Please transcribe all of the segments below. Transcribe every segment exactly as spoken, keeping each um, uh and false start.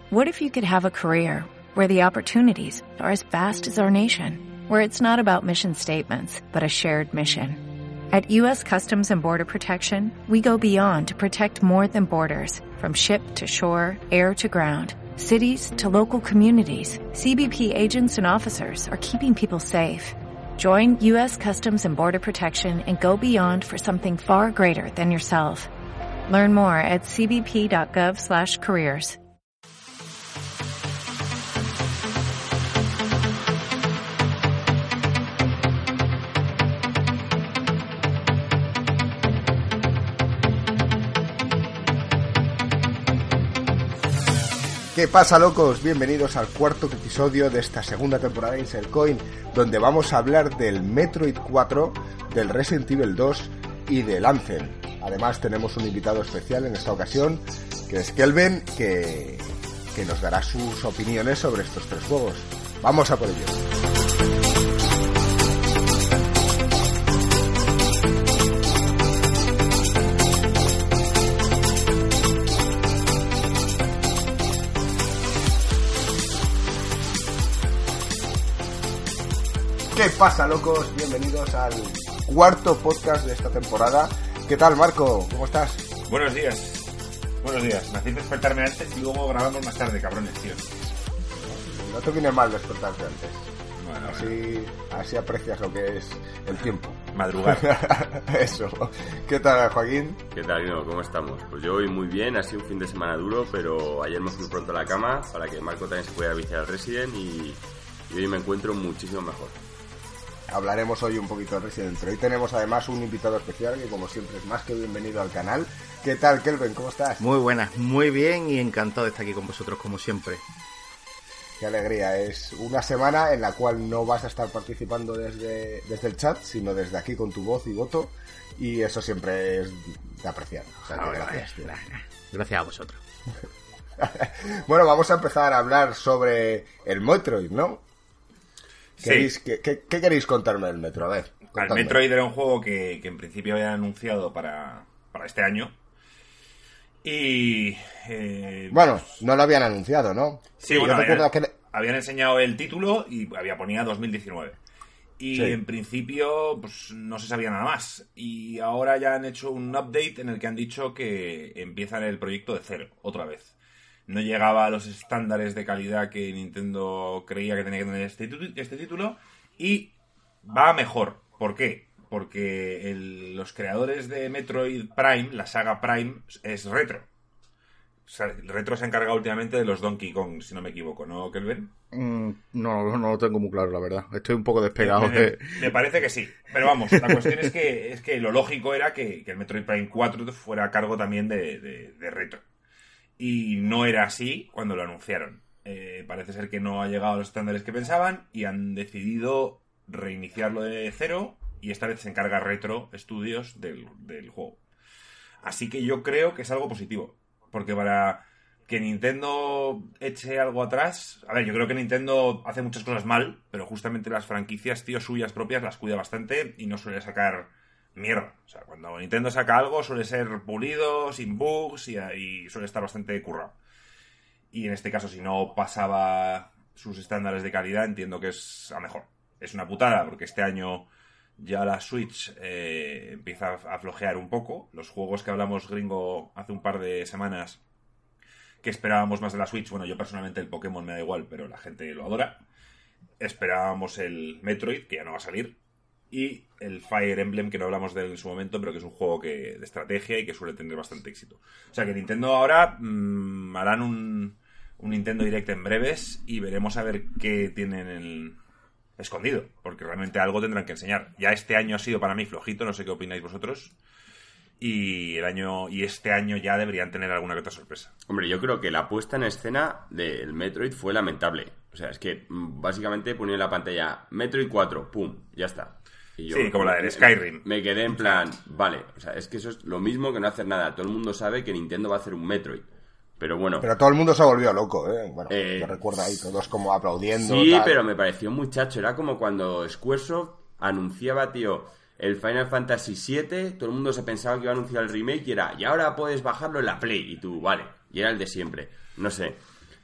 What if you could have a career where the opportunities are as vast as our nation, where it's not about mission statements, but a shared mission? At U S Customs and Border Protection, we go beyond to protect more than borders, from ship to shore, air to ground, cities to local communities. C B P agents and officers are keeping people safe. Join U S Customs and Border Protection and go beyond for something far greater than yourself. Learn more at c b p dot gov slash careers. ¿Qué pasa, locos? Bienvenidos al cuarto episodio de esta segunda temporada de Insert Coin, donde vamos a hablar del Metroid cuatro, del Resident Evil dos y del Anthem. Además tenemos un invitado especial en esta ocasión, que es Kelvin, que, que nos dará sus opiniones sobre estos tres juegos. Vamos a por ello. ¿Qué pasa, locos? Bienvenidos al cuarto podcast de esta temporada. ¿Qué tal, Marco? ¿Cómo estás? Buenos días. Buenos días. Me hacéis despertarme antes y luego grabamos más tarde, cabrones, tío. No te viene mal despertarte antes. Bueno, así, bueno. así aprecias lo que es el tiempo. Madrugar. Eso. ¿Qué tal, Joaquín? ¿Qué tal, Guino? ¿Cómo estamos? Pues yo voy muy bien, ha sido un fin de semana duro, pero ayer me fui pronto a la cama para que Marco también se pudiera viciar al Resident y, y hoy me encuentro muchísimo mejor. Hablaremos hoy un poquito de Resident Evil. Hoy tenemos además un invitado especial que, como siempre, es más que bienvenido al canal. ¿Qué tal, Kelvin? ¿Cómo estás? Muy buenas, muy bien y encantado de estar aquí con vosotros como siempre. Qué alegría. Es una semana en la cual no vas a estar participando desde, desde el chat, sino desde aquí con tu voz y voto, y eso siempre es de apreciar. O sea, no, que gracias, tío. Gracias a vosotros. Bueno, vamos a empezar a hablar sobre el Metroid, ¿no? ¿Queréis, Sí. ¿qué, qué, ¿Qué queréis contarme del Metro? A ver, El Metroid era un juego que, que en principio habían anunciado para, para este año. Y... Eh, Bueno, no lo habían anunciado, ¿no? Sí, Yo bueno, recuerdo habían, que... habían enseñado el título y había ponía dos mil diecinueve. Y Sí. en principio pues no se sabía nada más. Y ahora ya han hecho un update en el que han dicho que empiezan el proyecto de cero, otra vez. No llegaba a los estándares de calidad que Nintendo creía que tenía que tener este, este título. Y va mejor. ¿Por qué? Porque el, los creadores de Metroid Prime, la saga Prime, es Retro. O sea, Retro se ha encargado últimamente de los Donkey Kong, si no me equivoco, ¿no, Kelvin? Mm, no, no lo tengo muy claro, la verdad. Estoy un poco despegado Me, de... me parece que sí. Pero vamos, la cuestión es que, es que lo lógico era que, que el Metroid Prime cuatro fuera a cargo también de, de, de Retro. Y no era así cuando lo anunciaron. Eh, parece ser que no ha llegado a los estándares que pensaban y han decidido reiniciarlo de cero, y esta vez se encarga Retro Studios del, del juego. Así que yo creo que es algo positivo, porque para que Nintendo eche algo atrás... A ver, yo creo que Nintendo hace muchas cosas mal, pero justamente las franquicias, tío, suyas propias las cuida bastante y no suele sacar mierda. O sea, cuando Nintendo saca algo suele ser pulido, sin bugs y, y suele estar bastante currado. Y en este caso, si no pasaba sus estándares de calidad, entiendo que es a mejor. Es una putada, porque este año ya la Switch eh, empieza a flojear un poco. Los juegos que hablamos, gringo, hace un par de semanas, que esperábamos más de la Switch, bueno, yo personalmente el Pokémon me da igual, pero la gente lo adora. Esperábamos el Metroid, que ya no va a salir, y el Fire Emblem, que no hablamos de él en su momento, pero que es un juego que, de estrategia y que suele tener bastante éxito. O sea que Nintendo ahora mmm, harán un, un Nintendo Direct en breves y veremos a ver qué tienen el escondido, porque realmente algo tendrán que enseñar. Ya este año ha sido para mí flojito, no sé qué opináis vosotros, y el año y este año ya deberían tener alguna que otra sorpresa. Hombre, yo creo que la puesta en escena del Metroid fue lamentable. O sea, es que básicamente ponía en la pantalla Metroid cuatro, pum, ya está. Y yo, sí, como la del Skyrim. Me quedé en plan, vale, o sea, es que eso es lo mismo que no hacer nada. Todo el mundo sabe que Nintendo va a hacer un Metroid. Pero bueno. Pero todo el mundo se volvió loco, ¿eh? Bueno, eh, yo recuerdo ahí todos como aplaudiendo. Sí, tal. Pero me pareció muchacho. Era como cuando Squaresoft anunciaba, tío, el Final Fantasy siete. Todo el mundo se pensaba que iba a anunciar el remake y era, y ahora puedes bajarlo en la Play. Y tú, vale. Y era el de siempre. No sé.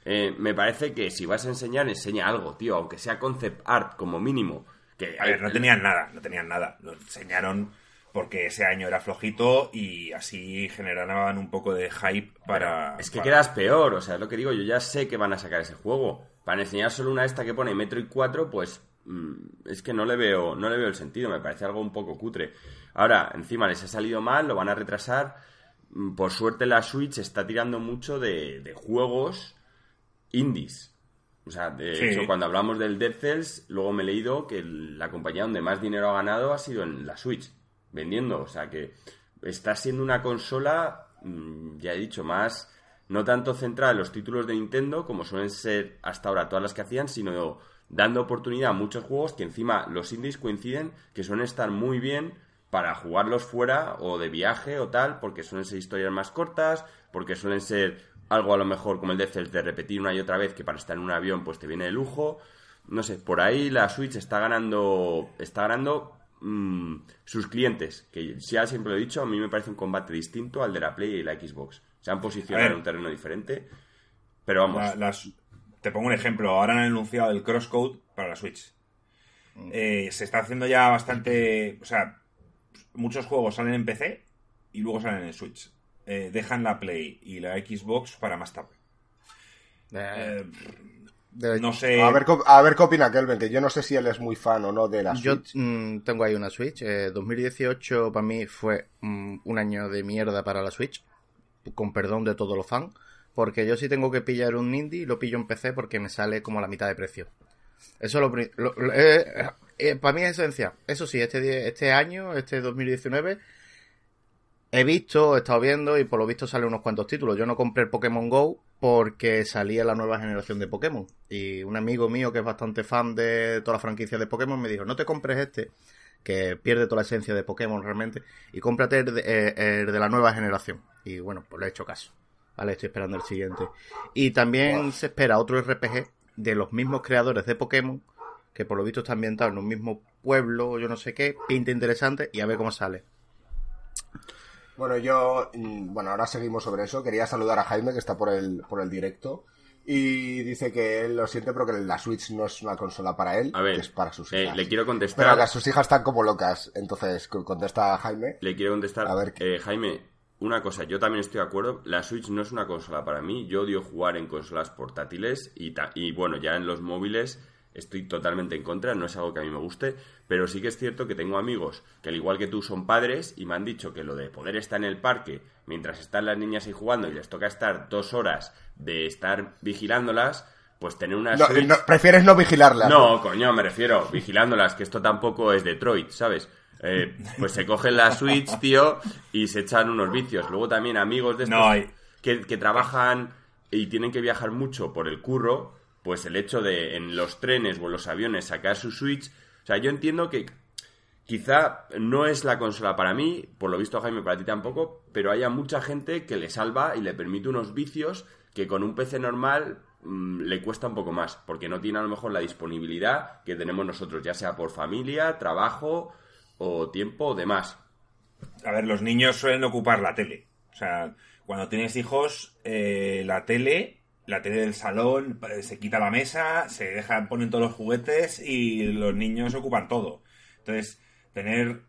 Eh, me parece que si vas a enseñar, enseña algo, tío, aunque sea concept art como mínimo. Que, a ver, no tenían nada, no tenían nada. Lo enseñaron porque ese año era flojito y así generaban un poco de hype para... Es que para... quedas peor, o sea, es lo que digo, yo ya sé que van a sacar ese juego. Para enseñar solo una esta que pone Metroid cuatro, pues mmm, es que no le veo no le veo el sentido, me parece algo un poco cutre. Ahora, encima les ha salido mal, lo van a retrasar. Por suerte la Switch está tirando mucho de, de juegos indies. O sea, de sí. hecho, cuando hablamos del Dead Cells, luego me he leído que la compañía donde más dinero ha ganado ha sido en la Switch, vendiendo. O sea, que está siendo una consola, ya he dicho, más, no tanto centrada en los títulos de Nintendo, como suelen ser hasta ahora todas las que hacían, sino dando oportunidad a muchos juegos que encima los indies coinciden, que suelen estar muy bien para jugarlos fuera o de viaje o tal, porque suelen ser historias más cortas, porque suelen ser... algo a lo mejor como el Dead Cells de repetir una y otra vez, que para estar en un avión pues te viene de lujo. No sé, por ahí la Switch está ganando está ganando mmm, sus clientes, que ya siempre lo he dicho, a mí me parece un combate distinto al de la Play y la Xbox. Se han posicionado en un terreno diferente, pero vamos. La, las, te pongo un ejemplo, ahora han anunciado el Crosscode para la Switch. Mm. Eh, se está haciendo ya bastante... O sea, muchos juegos salen en P C y luego salen en Switch. Eh, dejan la Play y la Xbox para más tarde. Eh, de, no sé... A ver, a ver qué opina Kelvin, que yo no sé si él es muy fan o no de la Switch. Yo mmm, tengo ahí una Switch. Eh, dos mil dieciocho para mí fue mmm, un año de mierda para la Switch, con perdón de todos los fans, porque yo si tengo que pillar un indie, lo pillo en P C porque me sale como la mitad de precio. Eso lo, lo, lo eh, eh, para mí es esencial. Eso sí, este, este año, este dos mil diecinueve... he visto, he estado viendo y por lo visto salen unos cuantos títulos. Yo no compré el Pokémon GO porque salía la nueva generación de Pokémon. Y un amigo mío que es bastante fan de toda la franquicia de Pokémon me dijo, no te compres este, que pierde toda la esencia de Pokémon realmente, y cómprate el de, eh, el de la nueva generación. Y bueno, pues le he hecho caso. Vale, estoy esperando el siguiente. Y también wow. se espera otro R P G de los mismos creadores de Pokémon, que por lo visto está ambientado en un mismo pueblo, yo no sé qué, pinta interesante, y a ver cómo sale. Bueno, yo, bueno, ahora seguimos sobre eso. Quería saludar a Jaime, que está por el por el directo, y dice que él lo siente, pero que la Switch no es una consola para él, a ver, que es para sus eh, hijas. Le quiero contestar. Pero que sus hijas están como locas, entonces contesta a Jaime. Le quiero contestar. A ver, eh, Jaime, una cosa, yo también estoy de acuerdo, la Switch no es una consola para mí, yo odio jugar en consolas portátiles y, ta- y bueno, ya en los móviles... estoy totalmente en contra, no es algo que a mí me guste, pero sí que es cierto que tengo amigos que al igual que tú son padres y me han dicho que lo de poder estar en el parque mientras están las niñas ahí jugando y les toca estar dos horas de estar vigilándolas, pues tener una no, Switch... No, prefieres no vigilarlas. No, ¿no? coño, me refiero, vigilándolas, que esto tampoco es Detroit, ¿sabes? Eh, pues se cogen la Switch, tío, y se echan unos vicios. Luego también amigos de estos no hay... que, que trabajan y tienen que viajar mucho por el curro, pues el hecho de en los trenes o en los aviones sacar su Switch... O sea, yo entiendo que quizá no es la consola para mí, por lo visto Jaime para ti tampoco, pero haya mucha gente que le salva y le permite unos vicios que con un P C normal mmm, le cuesta un poco más, porque no tiene a lo mejor la disponibilidad que tenemos nosotros, ya sea por familia, trabajo o tiempo o demás. A ver, los niños suelen ocupar la tele. O sea, cuando tienes hijos, eh, la tele... La tele del salón, se quita la mesa, se dejan, ponen todos los juguetes y los niños ocupan todo. Entonces, tener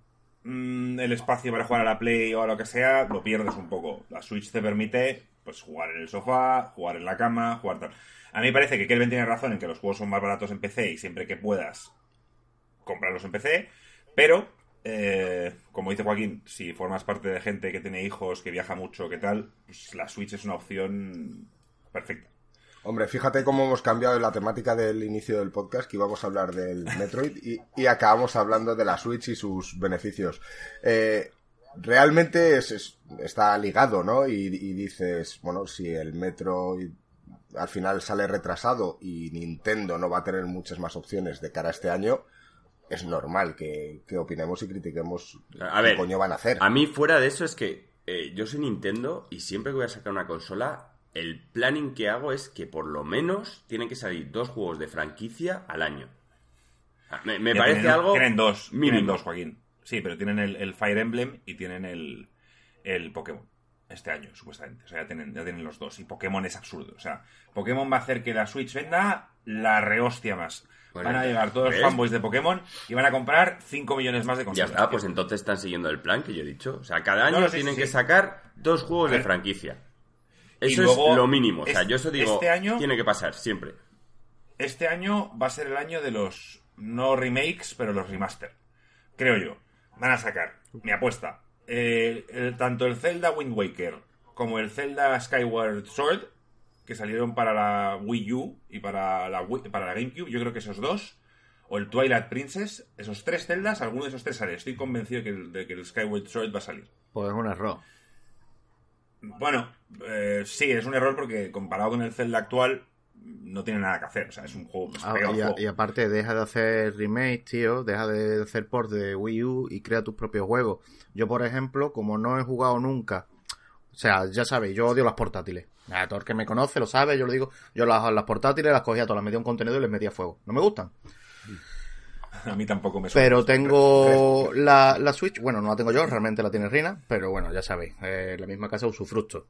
mmm, el espacio para jugar a la Play o a lo que sea, lo pierdes un poco. La Switch te permite pues jugar en el sofá, jugar en la cama, jugar tal. A mí me parece que Kelvin tiene razón en que los juegos son más baratos en P C y siempre que puedas comprarlos en P C, pero... Eh, como dice Joaquín, si formas parte de gente que tiene hijos, que viaja mucho, que tal, pues la Switch es una opción... perfecto. Hombre, fíjate cómo hemos cambiado la temática del inicio del podcast, que íbamos a hablar del Metroid y, y acabamos hablando de la Switch y sus beneficios. Eh, realmente es, es, está ligado, ¿no? Y, y dices, bueno, si el Metroid al final sale retrasado y Nintendo no va a tener muchas más opciones de cara a este año, es normal que, que opinemos y critiquemos a ver, qué coño van a hacer. A mí fuera de eso es que eh, yo soy Nintendo y siempre que voy a sacar una consola... el planning que hago es que por lo menos tienen que salir dos juegos de franquicia al año. Me, me parece tienen, algo tienen dos, mínimo. Tienen dos, Joaquín. Sí, pero tienen el, el Fire Emblem y tienen el, el Pokémon. este año, supuestamente. O sea, ya tienen, ya tienen los dos. Y Pokémon es absurdo. O sea, Pokémon va a hacer que la Switch venda la rehostia más. Bueno, van a llegar todos los fanboys de Pokémon y van a comprar cinco millones más de consolas. Ya está, pues entonces están siguiendo el plan que yo he dicho. O sea, cada año no, no, sí, tienen sí, que sí. sacar dos juegos de franquicia. Eso luego, es lo mínimo. O sea, yo eso digo, este año, tiene que pasar, siempre. Este año va a ser el año de los, no remakes, pero los remaster. Creo yo. Van a sacar, mi apuesta, eh, el, tanto el Zelda Wind Waker como el Zelda Skyward Sword, que salieron para la Wii U y para la, Wii, para la GameCube, yo creo que esos dos, o el Twilight Princess, esos tres Zeldas, alguno de esos tres sale. Estoy convencido de que el, de que el Skyward Sword va a salir. Pues es un error. Bueno, eh, sí, es un error porque comparado con el Zelda actual no tiene nada que hacer. O sea, es un juego... Pues, ah, y, a, y aparte, deja de hacer remake, tío, deja de hacer port de Wii U y crea tus propios juegos. Yo, por ejemplo, como no he jugado nunca... O sea, ya sabéis, yo odio las portátiles. Ah, todo el que me conoce lo sabe, yo lo digo. Yo las, las portátiles las cogía todas, las metía en un contenedor y les metía fuego. No me gustan. A mí tampoco me suena. Pero tengo la, la Switch, bueno, no la tengo yo, realmente la tiene Rina, pero bueno, ya sabéis, eh, la misma casa usufructo.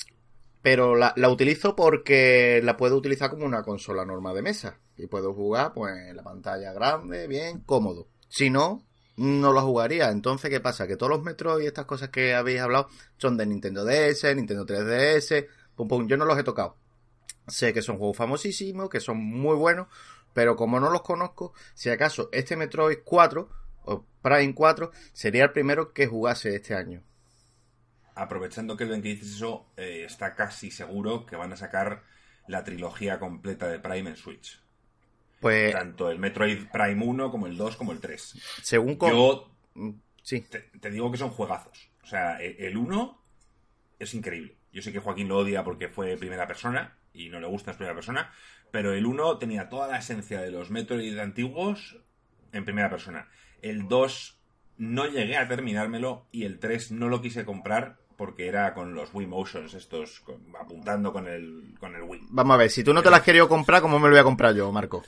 Pero la, la utilizo porque la puedo utilizar como una consola normal de mesa. Y puedo jugar, pues, en la pantalla grande, bien, cómodo. Si no, no la jugaría. Entonces, ¿qué pasa? Que todos los Metroid y estas cosas que habéis hablado son de Nintendo D S, Nintendo tres D S, pum pum, yo no los he tocado. Sé que son juegos famosísimos, que son muy buenos, pero como no los conozco, si acaso este Metroid cuatro o Prime cuatro sería el primero que jugase este año. Aprovechando que el que dices eso, eh, está casi seguro que van a sacar la trilogía completa de Prime en Switch. Pues tanto el Metroid Prime uno como el dos como el tres. Según con... Yo sí. te, te digo que son juegazos. O sea, el uno es increíble. Yo sé que Joaquín lo odia porque fue primera persona y no le gusta en primera persona, pero el uno tenía toda la esencia de los Metroid antiguos en primera persona. El dos no llegué a terminármelo y el tres no lo quise comprar porque era con los Wii Motions estos, con, apuntando con el, con el Wii. Vamos a ver, si tú no te las has querido comprar, ¿cómo me lo voy a comprar yo, Marco?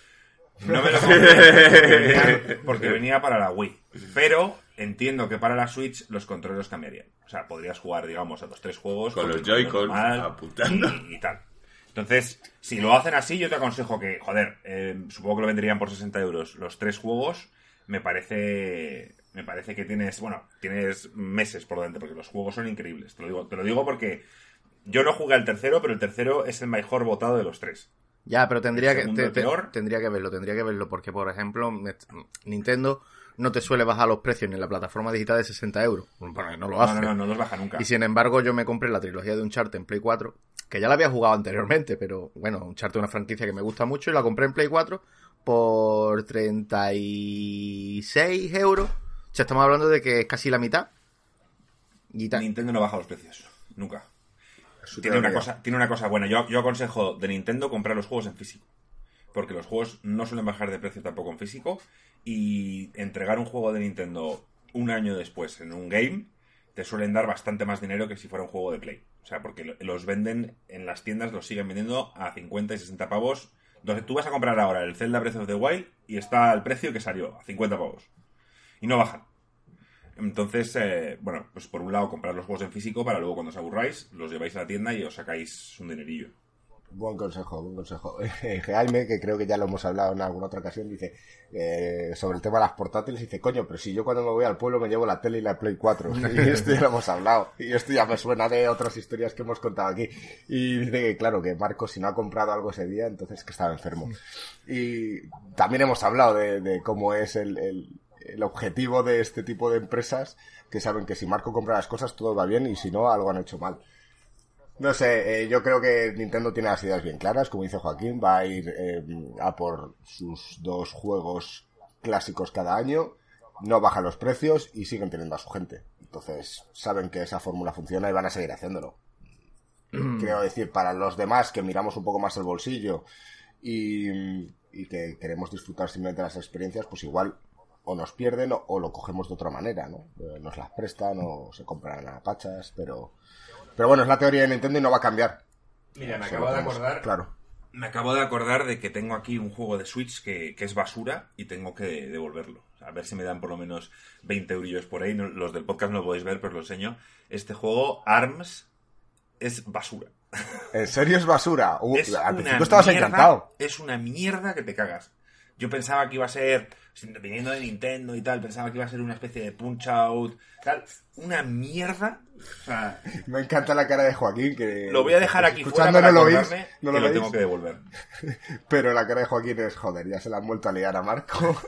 No me lo compré porque venía, porque venía para la Wii. Pero entiendo que para la Switch los controles cambiarían. O sea, podrías jugar, digamos, a los tres juegos con, con los Joy-Con apuntando y, y tal. Entonces, si lo hacen así, yo te aconsejo que, joder, eh, supongo que lo venderían por sesenta euros los tres juegos. Me parece... Me parece que tienes, bueno, tienes meses por delante, porque los juegos son increíbles. Te lo digo, te lo digo porque yo no jugué al tercero, pero el tercero es el mejor votado de los tres. Ya, pero tendría que te, te, tendría que verlo, tendría que verlo, porque, por ejemplo, Nintendo no te suele bajar los precios ni en la plataforma digital de sesenta euros. Bueno, no lo hace. No, no, no, no los baja nunca. Y sin embargo, yo me compré la trilogía de Uncharted en Play cuatro, que ya la había jugado anteriormente, pero bueno, Uncharted es una franquicia que me gusta mucho y la compré en Play cuatro por treinta y seis euros. O sea, estamos hablando de que es casi la mitad. Y Nintendo no baja los precios, nunca. Tiene una, cosa, tiene una cosa buena. Yo, yo aconsejo de Nintendo comprar los juegos en físico. Porque los juegos no suelen bajar de precio tampoco en físico. Y entregar un juego de Nintendo un año después en un game te suelen dar bastante más dinero que si fuera un juego de Play. O sea, porque los venden en las tiendas, los siguen vendiendo a cincuenta y sesenta pavos. Entonces tú vas a comprar ahora el Zelda Breath of the Wild y está al precio que salió, a cincuenta pavos. Y no bajan. Entonces, eh, bueno, pues por un lado comprar los juegos en físico para luego cuando os aburráis los lleváis a la tienda y os sacáis un dinerillo. Buen consejo, buen consejo. Jaime, que creo que ya lo hemos hablado en alguna otra ocasión, dice eh, sobre el tema de las portátiles, dice, coño, pero si yo cuando me voy al pueblo me llevo la tele y la Play cuatro. Y esto ya lo hemos hablado. Y esto ya me suena de otras historias que hemos contado aquí. Y dice que, claro, que Marco, si no ha comprado algo ese día, entonces que estaba enfermo. Y también hemos hablado de, de cómo es el... el el objetivo de este tipo de empresas, que saben que si Marco compra las cosas todo va bien y si no, algo han hecho mal. No sé, eh, yo creo que Nintendo tiene las ideas bien claras, como dice Joaquín, va a ir eh, a por sus dos juegos clásicos cada año, no bajan los precios y siguen teniendo a su gente. Entonces saben que esa fórmula funciona y van a seguir haciéndolo. Quiero decir, para los demás que miramos un poco más el bolsillo y, y que queremos disfrutar simplemente de las experiencias, pues igual o nos pierden o, o lo cogemos de otra manera, ¿no? Eh, nos las prestan o se compran a pachas, pero pero bueno, es la teoría de Nintendo y no va a cambiar. Mira, me acabo de acordar claro. Me acabo de acordar de que tengo aquí un juego de Switch que, que es basura y tengo que devolverlo. A ver si me dan por lo menos veinte eurillos por ahí. No, los del podcast no lo podéis ver, pero os lo enseño. Este juego, ARMS, es basura. ¿En serio es basura? Uh, es al una principio estabas mierda, encantado. Es una mierda que te cagas. Yo pensaba que iba a ser, viniendo de Nintendo y tal, pensaba que iba a ser una especie de Punch-Out, tal. Una mierda. O sea, me encanta la cara de Joaquín, que... Lo voy a dejar aquí fuera para no lo acordarme veis, no lo que lo veis. tengo que devolver. Pero la cara de Joaquín es, joder, ya se la han vuelto a liar a Marco.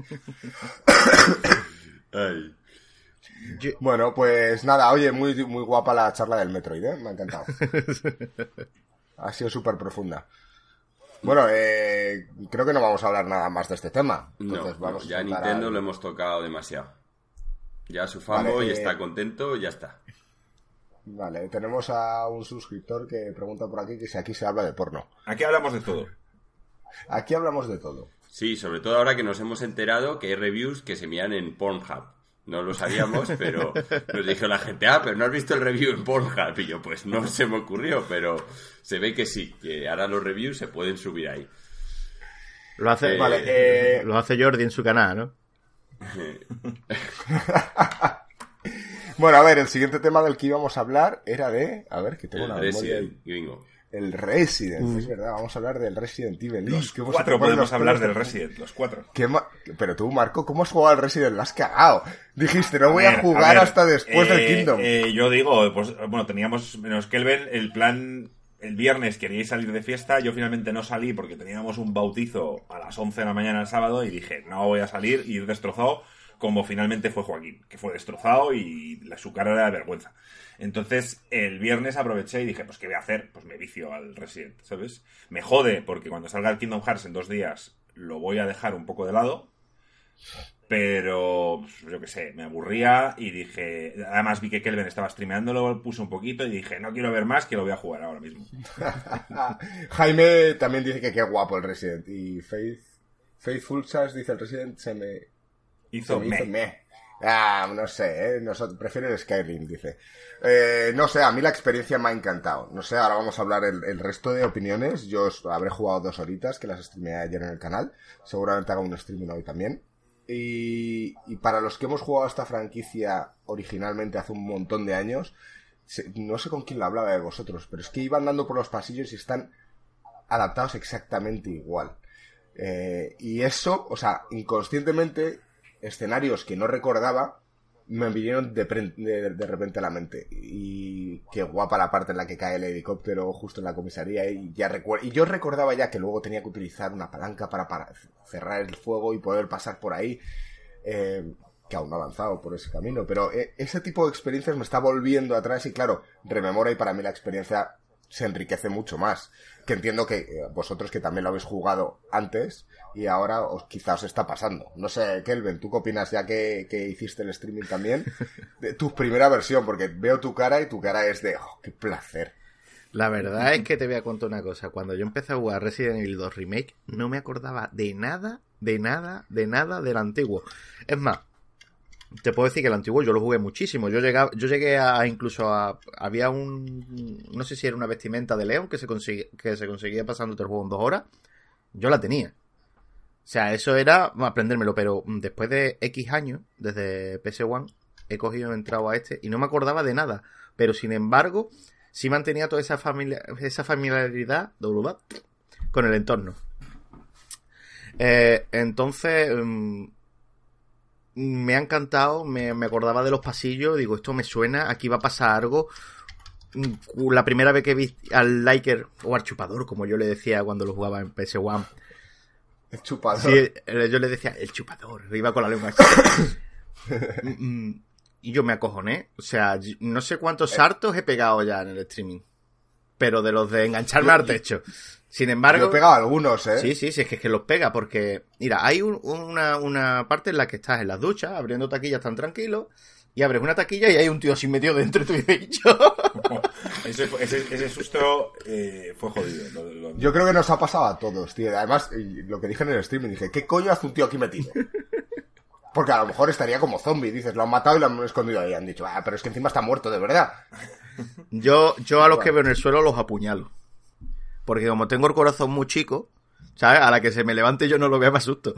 Ay. Yo... Bueno, pues nada, oye, muy, muy guapa la charla del Metroid, ¿eh? Me ha encantado. Ha sido súper profunda. Bueno, eh, creo que no vamos a hablar nada más de este tema. Entonces, No, vamos no, ya a Nintendo al... lo hemos tocado demasiado. Ya su fanboy vale, eh... está contento, ya está. Vale, tenemos a un suscriptor que pregunta por aquí que si aquí se habla de porno. Aquí hablamos de todo. Aquí hablamos de todo. Sí, sobre todo ahora que nos hemos enterado que hay reviews que se miran en Pornhub. No lo sabíamos, pero nos dijo la gente, ah, pero ¿no has visto el review en Pornhub? Y yo, pues no se me ocurrió, pero se ve que sí, que ahora los reviews se pueden subir ahí. Lo hace, Eh, vale, eh... lo hace Jordi en su canal, ¿no? Bueno, a ver, el siguiente tema del que íbamos a hablar era de... A ver, que tengo el una memoria... Resident, gringo. El Resident, Mm. es verdad, vamos a hablar del Resident Evil. Los ¿Qué vos cuatro te pones podemos los hablar pelos del de- Resident, los cuatro. ¿Qué ma- Pero tú, Marco, ¿cómo has jugado al Resident? La has cagado. Dijiste, no voy a, ver, jugar ver, hasta después eh, del Kingdom. eh, yo digo, pues bueno, teníamos menos Kelvin, el plan, el viernes queríais salir de fiesta, yo finalmente no salí porque teníamos un bautizo a las once de la mañana el sábado y dije, no voy a salir y ir destrozado como finalmente fue Joaquín, que fue destrozado y la, su cara era de vergüenza. Entonces, el viernes aproveché y dije, pues ¿qué voy a hacer? Pues me vicio al Resident, ¿sabes? Me jode porque cuando salga el Kingdom Hearts en dos días lo voy a dejar un poco de lado. Pero, pues, yo qué sé, me aburría y dije... Además vi que Kelvin estaba streameándolo, puse un poquito y dije, no quiero ver más, que lo voy a jugar ahora mismo. Jaime también dice que qué guapo el Resident. Y Faith, Faithful Chas dice el Resident se me... Hizo se me hizo me. meh. Ah, no sé, ¿eh? Nosotros, prefiero el Skyrim, dice. Eh, no sé, a mí la experiencia me ha encantado. No sé, ahora vamos a hablar el, el resto de opiniones. Yo os habré jugado dos horitas, que las streameé ayer en el canal. Seguramente haga un streaming hoy también. Y, y para los que hemos jugado esta franquicia originalmente hace un montón de años, se, no sé con quién lo hablaba de vosotros, pero es que iban andando por los pasillos y están adaptados exactamente igual. Eh, y eso, o sea, inconscientemente... escenarios que no recordaba me vinieron de, pre- de, de repente a la mente. Y qué guapa la parte en la que cae el helicóptero justo en la comisaría. Y ya recuerdo, y yo recordaba ya que luego tenía que utilizar una palanca para, para cerrar el fuego y poder pasar por ahí. Eh, que aún no he avanzado por ese camino. Pero eh, ese tipo de experiencias me está volviendo atrás. Y claro, rememora y para mí la experiencia se enriquece mucho más. Que entiendo que eh, vosotros que también lo habéis jugado antes y ahora os, quizás os está pasando. No sé, Kelvin, ¿tú qué opinas ya que, que hiciste el streaming también? De tu primera versión, porque veo tu cara y tu cara es de, oh, qué placer. La verdad es que te voy a contar una cosa. Cuando yo empecé a jugar Resident Evil dos Remake, no me acordaba de nada, de nada, de nada del antiguo. Es más, te puedo decir que el antiguo yo lo jugué muchísimo. Yo llegaba, yo llegué a incluso a... Había un... No sé si era una vestimenta de León que se conseguía, que se conseguía pasándote el juego en dos horas. Yo la tenía. O sea, eso era aprendérmelo. Pero después de X años, desde P S uno, he cogido y he entrado a este y no me acordaba de nada. Pero sin embargo, sí mantenía toda esa, familia, esa familiaridad con el entorno. Eh, entonces... Um, me ha encantado, me, me acordaba de los pasillos, digo, esto me suena, aquí va a pasar algo. La primera vez que vi al Liker, o al chupador, como yo le decía cuando lo jugaba en P S uno. El chupador. Sí, yo le decía, el chupador, iba con la lengua. Y yo me acojoné, o sea, no sé cuántos saltos he pegado ya en el streaming, pero de los de engancharme al techo. Sin embargo... Yo he pegado algunos, ¿eh? Sí, sí, sí, es que, es que los pega porque... Mira, hay un, una, una parte en la que estás en las duchas, abriendo taquillas tan tranquilo, y abres una taquilla y hay un tío así metido dentro y tú y yo. ese, ese, ese susto eh, fue jodido. Lo, lo... Yo creo que nos ha pasado a todos, tío. Además, lo que dije en el streaming, dije, ¿qué coño hace un tío aquí metido? Porque a lo mejor estaría como zombie, dices, lo han matado y lo han escondido y han dicho, ah, pero es que encima está muerto de verdad. Yo, yo a los que veo en el suelo los apuñalo. Porque como tengo el corazón muy chico, ¿sabes? A la que se me levante yo no lo vea, me asusto.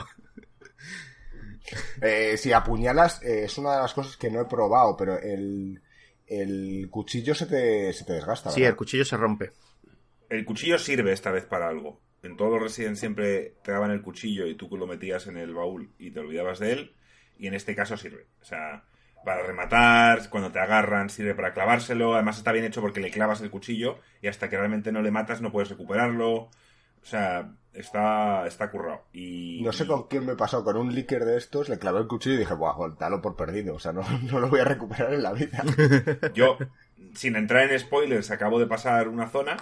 Eh, si apuñalas, eh, es una de las cosas que no he probado, pero el, el cuchillo se te, se te desgasta, ¿verdad? Sí, el cuchillo se rompe. El cuchillo sirve esta vez para algo. En todos los Resident siempre te daban el cuchillo y tú lo metías en el baúl y te olvidabas de él. Y en este caso sirve. O sea, para rematar, cuando te agarran, sirve para clavárselo. Además está bien hecho porque le clavas el cuchillo y hasta que realmente no le matas no puedes recuperarlo. O sea, está, está currado. Y, no sé con quién me pasó, con un leaker de estos, le clavé el cuchillo y dije, buah, dalo por perdido. O sea, no, no lo voy a recuperar en la vida. Yo, sin entrar en spoilers, acabo de pasar una zona.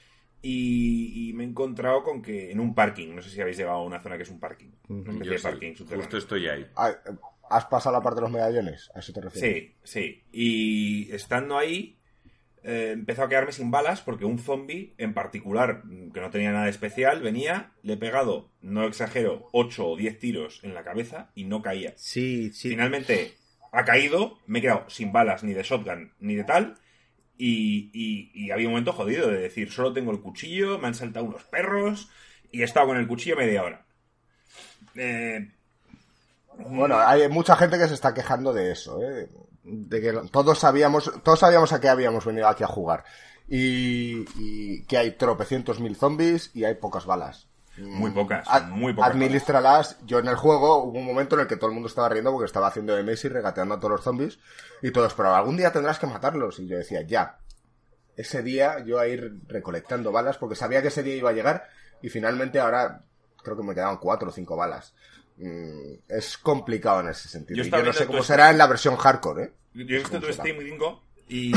Y, y me he encontrado con que en un parking, no sé si habéis llegado a una zona que es un parking, una especie Yo de sí, parking subterráneo. justo estoy ahí. Ah, ¿has pasado la parte de los medallones? ¿A eso te refieres? Sí, sí. Y estando ahí, eh, empezó a quedarme sin balas porque un zombie en particular, que no tenía nada especial, venía, le he pegado, no exagero, ocho o diez tiros en la cabeza y no caía. Sí, sí. Finalmente ha caído, me he quedado sin balas ni de shotgun ni de tal. Y, y, y había un momento jodido de decir, solo tengo el cuchillo, me han saltado unos perros y he estado con el cuchillo media hora. Eh, Bueno, hay mucha gente que se está quejando de eso, ¿eh? De que todos sabíamos, todos sabíamos a qué habíamos venido aquí a jugar. Y, y que hay tropecientos mil zombies y hay pocas balas. Muy pocas, Ad, muy pocas. Administralas. Yo en el juego hubo un momento en el que todo el mundo estaba riendo porque estaba haciendo de Messi regateando a todos los zombies y todos, pero algún día tendrás que matarlos. Y yo decía, ya. Ese día yo a ir recolectando balas porque sabía que ese día iba a llegar y finalmente ahora creo que me quedaban cuatro o cinco balas. Mm, es complicado en ese sentido. Yo, y yo no sé cómo Steam. será en la versión hardcore, ¿eh? Yo he visto tu Steam, Dingo, y,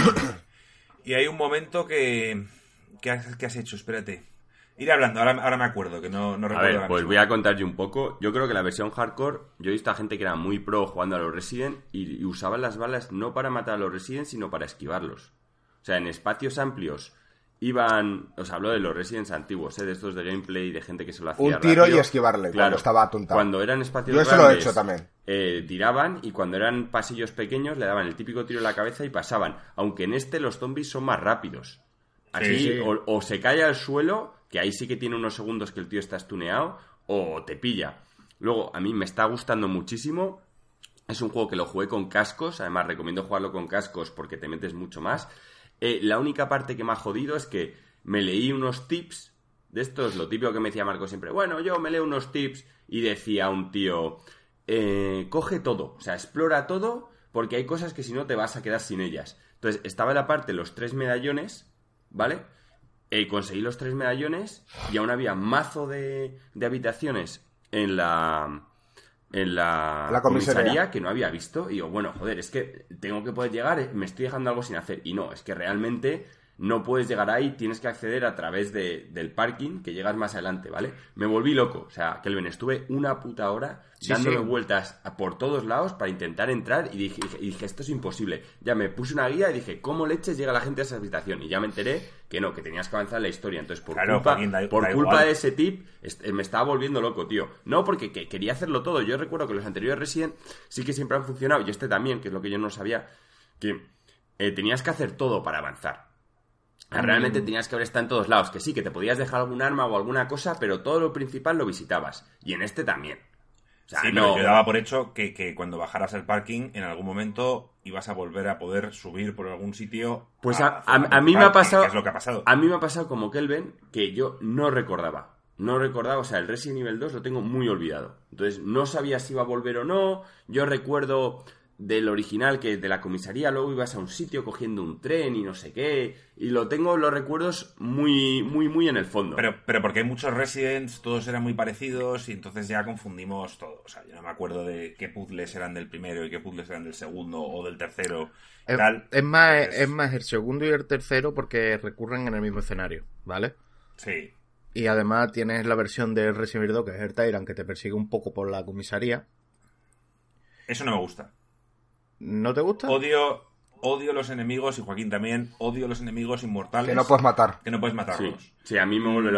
y hay un momento que, que, has, que has hecho, espérate. Ir hablando, ahora, ahora me acuerdo, que no, no A recuerdo. ver, pues voy a contar yo un poco. Yo creo que la versión hardcore, yo he visto a gente que era muy pro jugando a los Resident y, y usaban las balas no para matar a los Resident, sino para esquivarlos. O sea, en espacios amplios iban... Os hablo de los Residents antiguos, ¿eh? De estos de gameplay, de gente que se lo hacía Un tiro rápido. y esquivarle Claro, cuando estaba atontado. Cuando eran espacios Yo eso grandes, lo he hecho también. Eh, tiraban y cuando eran pasillos pequeños le daban el típico tiro en la cabeza y pasaban. Aunque en este los zombies son más rápidos. Así, Sí, sí. O, o se cae al suelo, que ahí sí que tiene unos segundos que el tío está stuneado, o te pilla. Luego, a mí me está gustando muchísimo. Es un juego que lo jugué con cascos. Además, recomiendo jugarlo con cascos porque te metes mucho más. Eh, la única parte que me ha jodido es que me leí unos tips. De estos, lo típico que me decía Marco siempre. Bueno, yo me leo unos tips y decía un tío... Eh, coge todo, o sea, explora todo porque hay cosas que si no te vas a quedar sin ellas. Entonces, estaba la parte los tres medallones, ¿vale? Eh, conseguí los tres medallones y aún había mazo de, de habitaciones en la en la, la comisaría. comisaría que no había visto. Y digo, bueno, joder, es que tengo que poder llegar, me estoy dejando algo sin hacer. Y no, es que realmente no puedes llegar ahí, tienes que acceder a través de, del parking, que llegas más adelante, ¿vale? Me volví loco, o sea, Kelvin, estuve una puta hora Sí, dándole sí. vueltas a por todos lados para intentar entrar y dije, y dije, esto es imposible. Ya me puse una guía y dije, ¿cómo leches llega la gente a esa habitación? Y ya me enteré que no, que tenías que avanzar en la historia. Entonces, por Claro, culpa, Joaquín, da- por da culpa igual. de ese tip, est- me estaba volviendo loco, tío. No, porque que- quería hacerlo todo. Yo recuerdo que los anteriores Resident sí que siempre han funcionado, y este también, que es lo que yo no sabía, que eh, tenías que hacer todo para avanzar. Realmente tenías que haber estado en todos lados. Que sí, que te podías dejar algún arma o alguna cosa, pero todo lo principal lo visitabas. Y en este también. O sea, Sí, no... pero yo daba por hecho que, que cuando bajaras al parking, en algún momento ibas a volver a poder subir por algún sitio. Pues a, a, a- a mí me ha que- pasado... que es lo que ha pasado. A mí me ha pasado como Kelvin, que yo no recordaba. No recordaba, o sea, el Resident Evil dos lo tengo muy olvidado. Entonces, no sabía si iba a volver o no. Yo recuerdo del original, que de la comisaría luego ibas a un sitio cogiendo un tren y no sé qué. Y lo tengo, los recuerdos muy, muy, muy en el fondo. Pero, pero porque hay muchos Residents, todos eran muy parecidos y entonces ya confundimos todo. O sea, yo no me acuerdo de qué puzzles eran del primero y qué puzzles eran del segundo o del tercero. Es, tal. es más, Entonces, es más el segundo y el tercero porque recurren en el mismo escenario, ¿vale? Sí. Y además tienes la versión de Resident Evil dos, que es el Tyrant, que te persigue un poco por la comisaría. Eso no me gusta. ¿No te gusta? Odio, odio los enemigos, y Joaquín también, odio los enemigos inmortales. Que no puedes matar. Que no puedes Sí, matarlos. sí, a mí me vuelve loco.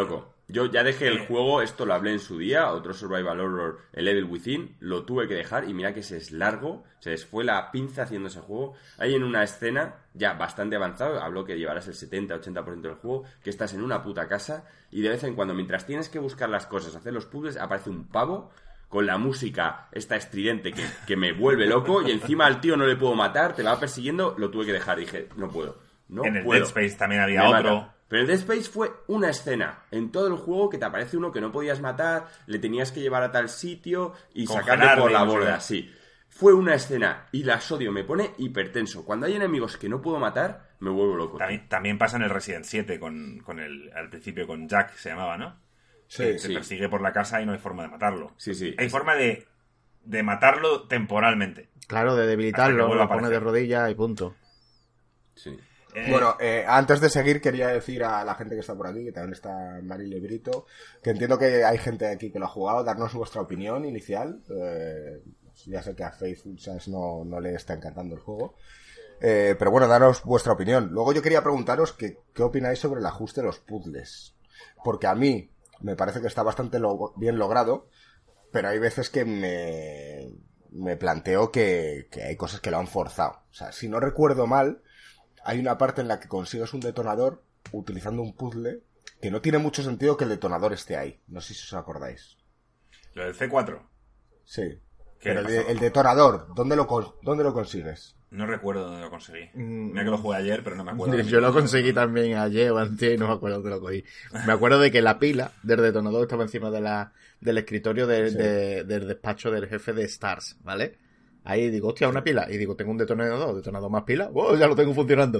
Yo ya dejé el juego, esto lo hablé en su día, otro survival horror, el Evil Within, lo tuve que dejar y mira que se es largo, se les fue la pinza haciendo ese juego. Hay en una escena ya bastante avanzado, hablo que llevarás el setenta a ochenta por ciento del juego, que estás en una puta casa y de vez en cuando, mientras tienes que buscar las cosas, hacer los puzzles, aparece un pavo con la música esta estridente que, que me vuelve loco y encima al tío no le puedo matar, te va persiguiendo, lo tuve que dejar, dije, no puedo, no En el puedo. Dead Space también había Me otro. mata. Pero el Dead Space fue una escena en todo el juego que te aparece uno que no podías matar, le tenías que llevar a tal sitio y sacarle por la no sé borda, qué. sí. Fue una escena y la sodio me pone hipertenso. Cuando hay enemigos que no puedo matar, me vuelvo loco. También, también pasa en el Resident siete con, con el, al principio con Jack, se llamaba, ¿no? Sí, Que sí. te persigue por la casa y no hay forma de matarlo. Sí, sí. Hay forma de, de matarlo temporalmente. Claro, de Hasta que debilitarlo, vuelva a lo pone de aparecer. rodillas y punto. Sí. Eh, Bueno, eh, antes de seguir quería decir a la gente que está por aquí, que también está Marile Brito, que entiendo que hay gente aquí que lo ha jugado, darnos vuestra opinión inicial. Eh, ya sé que a Faithful Chance no, no le está encantando el juego. Eh, pero bueno, daros vuestra opinión. Luego yo quería preguntaros que, qué opináis sobre el ajuste de los puzzles. Porque a mí me parece que está bastante lo- bien logrado, pero hay veces que me, me planteo que, que hay cosas que lo han forzado. O sea, si no recuerdo mal, hay una parte en la que consigues un detonador utilizando un puzzle que no tiene mucho sentido que el detonador esté ahí. No sé si os acordáis. Lo del C cuatro. Sí. ¿Qué Pero el, pasó? el detonador, ¿dónde lo, con- ¿dónde lo consigues? No recuerdo dónde lo conseguí. Mm. Mira que lo jugué ayer, pero no me acuerdo. Yo lo conseguí también ayer o antes y no me acuerdo dónde lo cogí. Me acuerdo de que la pila del detonador estaba encima de la, del escritorio de- Sí. de- del despacho del jefe de Stars, ¿vale? Ahí digo, hostia, una pila. Y digo, tengo un detonador, detonador más pila. ¡Oh, ya lo tengo funcionando!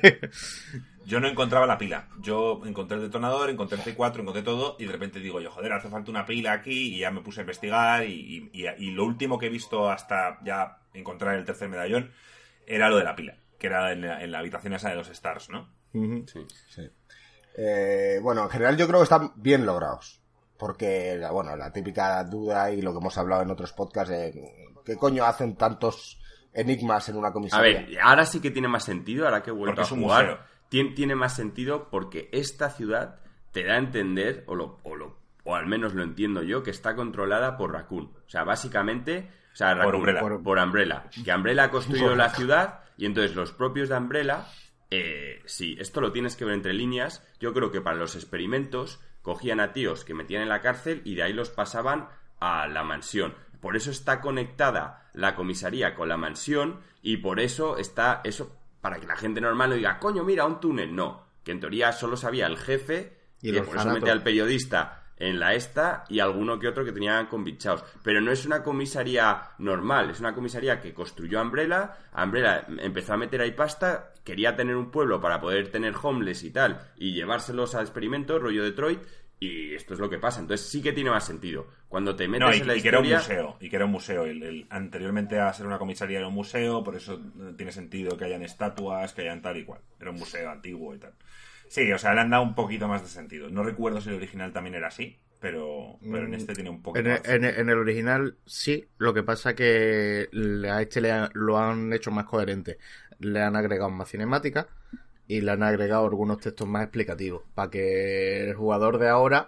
Yo no encontraba la pila. Yo encontré el detonador, encontré el C cuatro, encontré todo y de repente digo yo, joder, hace falta una pila aquí y ya me puse a investigar y, y, y- y lo último que he visto hasta ya encontrar el tercer medallón era lo de la pila, que era en la, en la habitación esa de los Stars, ¿no? Ujú. Sí. Sí. Eh, bueno, en general yo creo que están bien logrados. Porque, la- bueno, la típica duda y lo que hemos hablado en otros podcasts de ¿qué coño hacen tantos enigmas en una A comisaría? ver, ahora sí que tiene más sentido, ahora que he vuelto Porque a es un jugar, museo. tiene, tiene más sentido porque esta ciudad te da a entender, o, lo, o, lo, o al menos lo entiendo yo, que está controlada por Raccoon. O sea, básicamente, o sea, Raccoon, Umbrella. Por, por Umbrella. Que Umbrella ha construido la ciudad y entonces los propios de Umbrella, eh, sí, esto lo tienes que ver entre líneas. Yo creo que para los experimentos cogían a tíos que metían en la cárcel y de ahí los pasaban a la mansión. Por eso está conectada la comisaría con la mansión y por eso está eso, para que la gente normal no diga, coño, mira, un túnel. No, que en teoría solo sabía el jefe Y y el que por eso orfanato. mete al periodista en la esta y alguno que otro que tenían convichados. Pero no es una comisaría normal, es una comisaría que construyó Umbrella. Umbrella empezó a meter ahí pasta, quería tener un pueblo para poder tener homeless y tal, y llevárselos al experimento, rollo Detroit, y esto es lo que pasa. Entonces sí que tiene más sentido. Cuando te metes No, y, en la y que era un historia... museo, y que era un museo. El, el- anteriormente a ser una comisaría era un museo, por eso eh, tiene sentido que hayan estatuas, que hayan tal y cual. Era un museo antiguo y tal. Sí, o sea, le han dado un poquito más de sentido. No recuerdo si el original también era así, pero, pero en este tiene un poquito En el, más de en, el, sentido. en el original sí, lo que pasa que le- a este le han- lo han hecho más coherente. Le han agregado más cinemática y le han agregado algunos textos más explicativos para que el jugador de ahora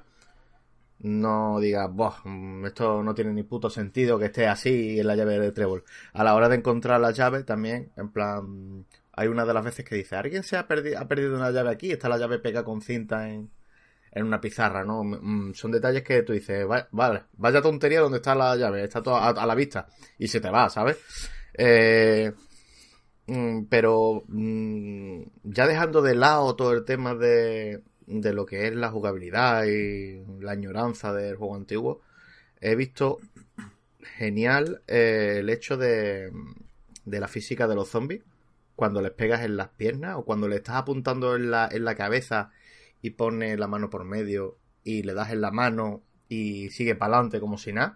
no diga, "Buah, mm, esto no tiene ni puto sentido que esté así en la llave de trébol". A la hora de encontrar la llave también, en plan, hay una de las veces que dice, alguien se ha perdido, ha perdido una llave aquí, está la llave pegada con cinta en, en una pizarra, ¿no? Mm, son detalles que tú dices, "Va- vale, vaya tontería donde está la llave, está todo a, a la vista", y se te va, ¿sabes? Eh, mm, pero mm, ya dejando de lado todo el tema de, de lo que es la jugabilidad y la añoranza del juego antiguo, he visto genial eh, el hecho de, de la física de los zombies, cuando les pegas en las piernas o cuando le estás apuntando en la, en la cabeza y pone la mano por medio y le das en la mano y sigue para adelante como si nada.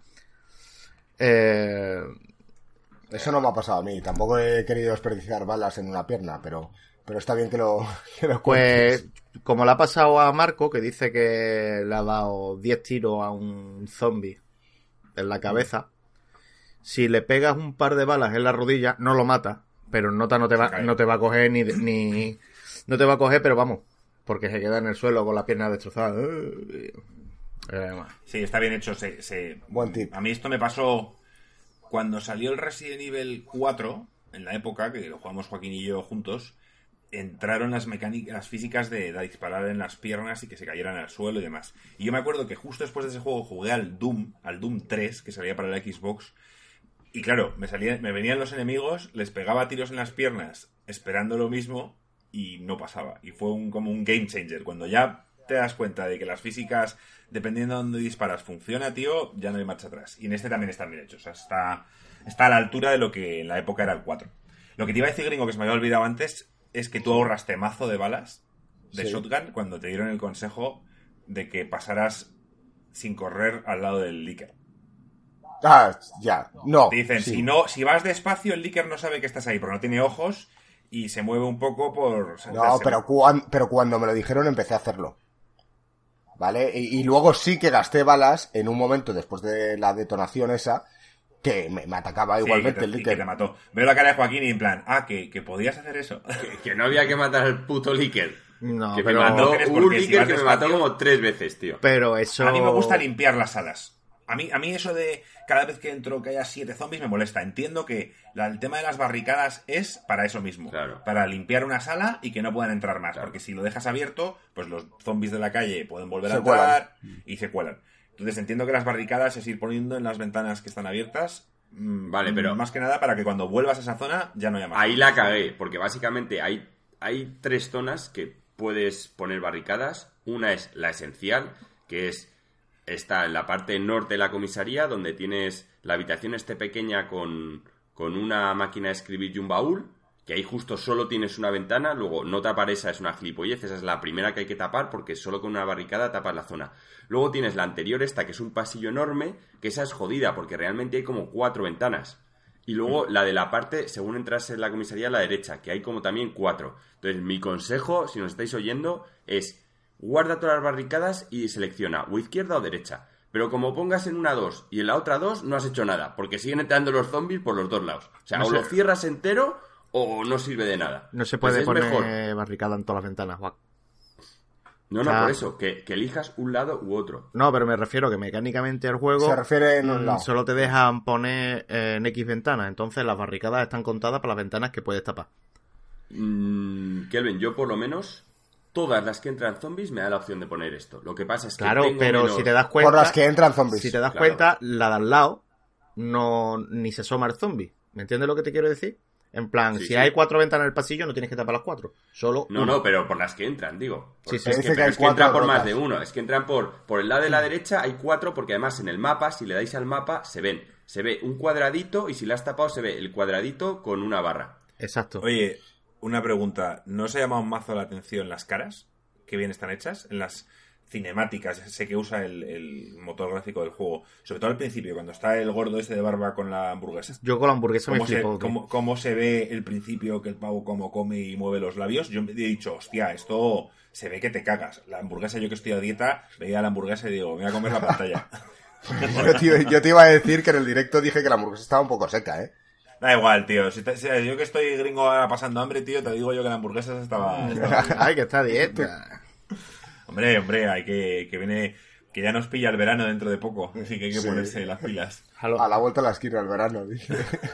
Eh, Eso no me ha pasado a mí. Tampoco he querido desperdiciar balas en una pierna, pero, pero está bien que lo, que lo pues, cuentes. como le ha pasado a Marco, que dice que le ha dado diez tiros a un zombie en la cabeza, si le pegas un par de balas en la rodilla, no lo mata, pero nota no te va, Se cae. no te va a coger ni, ni... No te va a coger, pero vamos, porque se queda en el suelo con la pierna destrozada. Sí, está bien hecho. Se, se... Buen tip. A mí esto me pasó cuando salió el Resident Evil cuatro, en la época que lo jugamos Joaquín y yo juntos. Entraron las mecánicas, las físicas de, de disparar en las piernas y que se cayeran al suelo y demás. Y yo me acuerdo que justo después de ese juego jugué al Doom, al Doom tres, que salía para la Xbox. Y claro, me salía, me venían los enemigos, les pegaba tiros en las piernas, esperando lo mismo, y no pasaba. Y fue un, como un game changer. Cuando ya te das cuenta de que las físicas, dependiendo de dónde disparas, funciona, tío, ya no hay marcha atrás. Y en este también están bien hechos. O sea, está, está a la altura de lo que en la época era el cuatro. Lo que te iba a decir, gringo, que se me había olvidado antes, es que tú ahorraste mazo de balas de Sí. shotgun cuando te dieron el consejo de que pasaras sin correr al lado del Licker. Ah, ya. No. Te dicen, sí. si no, si vas despacio, el Licker no sabe que estás ahí, porque no tiene ojos y se mueve un poco por... No, se- pero, cuan- pero cuando me lo dijeron empecé a hacerlo. ¿Vale? Y, y luego sí que gasté balas en un momento después de la detonación esa que me, me atacaba Sí, igualmente que el te, y que Licker. te mató. Veo la cara de Joaquín y en plan, ah, que, que podías hacer eso. Que no había que matar al puto Licker. No, que pero- me mató No tienes por un qué, si Licker vas que me despacio- mató como tres veces, tío. Pero eso... A mí me gusta limpiar las salas. A mí, a mí eso de cada vez que entro que haya siete zombies me molesta. Entiendo que la- el tema de las barricadas es para eso mismo. Claro. Para limpiar una sala y que no puedan entrar más. Claro. Porque si lo dejas abierto, pues los zombies de la calle pueden volver a Se entrar y se cuelan. Entonces entiendo que las barricadas es ir poniendo en las ventanas que están abiertas. mm, Vale, pero- Más que nada para que cuando vuelvas a esa zona ya no haya más. Ahí la cagué, porque básicamente hay, hay tres zonas que puedes poner barricadas. Una es la esencial, que es está en la parte norte de la comisaría, donde tienes la habitación este pequeña con, con una máquina de escribir y un baúl, que ahí justo solo tienes una ventana, luego no tapar esa es una gilipollez, esa es la primera que hay que tapar porque solo con una barricada tapas la zona. Luego tienes la anterior esta, que es un pasillo enorme, que esa es jodida porque realmente hay como cuatro ventanas. Y luego la de la parte, según entras en la comisaría, a la derecha, que hay como también cuatro. Entonces, mi consejo, si nos estáis oyendo, es guarda todas las barricadas y selecciona o izquierda o derecha. Pero como pongas en una dos y en la otra dos, no has hecho nada, porque siguen entrando los zombies por los dos lados. O sea, No o sé. lo cierras entero o no sirve de nada. No se Pues puede es poner mejor. barricada en todas las ventanas, Juan. No, no, Ah. por eso, que, que elijas un lado u otro. No, pero me refiero que mecánicamente el juego Se refiere en un mm, lado. solo te dejan poner eh, en X ventanas. Entonces las barricadas están contadas para las ventanas que puedes tapar. Mm, Kelvin, yo por lo menos, todas las que entran zombies me da la opción de poner esto. Lo que pasa es que Claro, tengo pero menos- si te das cuenta... Por las que entran zombies. Si te das Claro. cuenta, la de al lado no ni se asoma el zombie. ¿Me entiendes lo que te quiero decir? En plan, Sí, si sí. hay cuatro ventanas en el pasillo, no tienes que tapar las cuatro. Solo No, una. no, pero por las que entran, digo. Sí, Porque sí. es Se que, dice que pero hay es que entran cuatro por más rotas. de uno. Es que entran por, por el lado de la derecha, hay cuatro, porque además en el mapa, si le dais al mapa, se ven. Se ve un cuadradito y si le has tapado, se ve el cuadradito con una barra. Exacto. Oye, una pregunta. ¿No os ha llamado un mazo la atención las caras? Que bien están hechas. En las cinemáticas, sé que usa el, el motor gráfico del juego. Sobre todo al principio, cuando está el gordo ese de barba con la hamburguesa. Yo con la hamburguesa me ¿Cómo se, flipo. tío. cómo- cómo se ve el principio que el pavo como come y mueve los labios? Yo me he dicho, hostia, esto se ve que te cagas. La hamburguesa, yo que estoy a dieta, veía la hamburguesa y digo, me voy a comer la pantalla. Yo te, yo te iba a decir que en el directo dije que la hamburguesa estaba un poco seca, ¿eh? Da igual, tío. Si te- si- yo que estoy gringo ahora pasando hambre, tío, te digo yo que la hamburguesa estaba... estaba bien. Ay, que está a dieta. Hombre, hombre, hay que... que viene... que ya nos pilla el verano dentro de poco. Así que hay que Sí. ponerse las pilas. Jalo. A la vuelta de la esquina el verano, dije.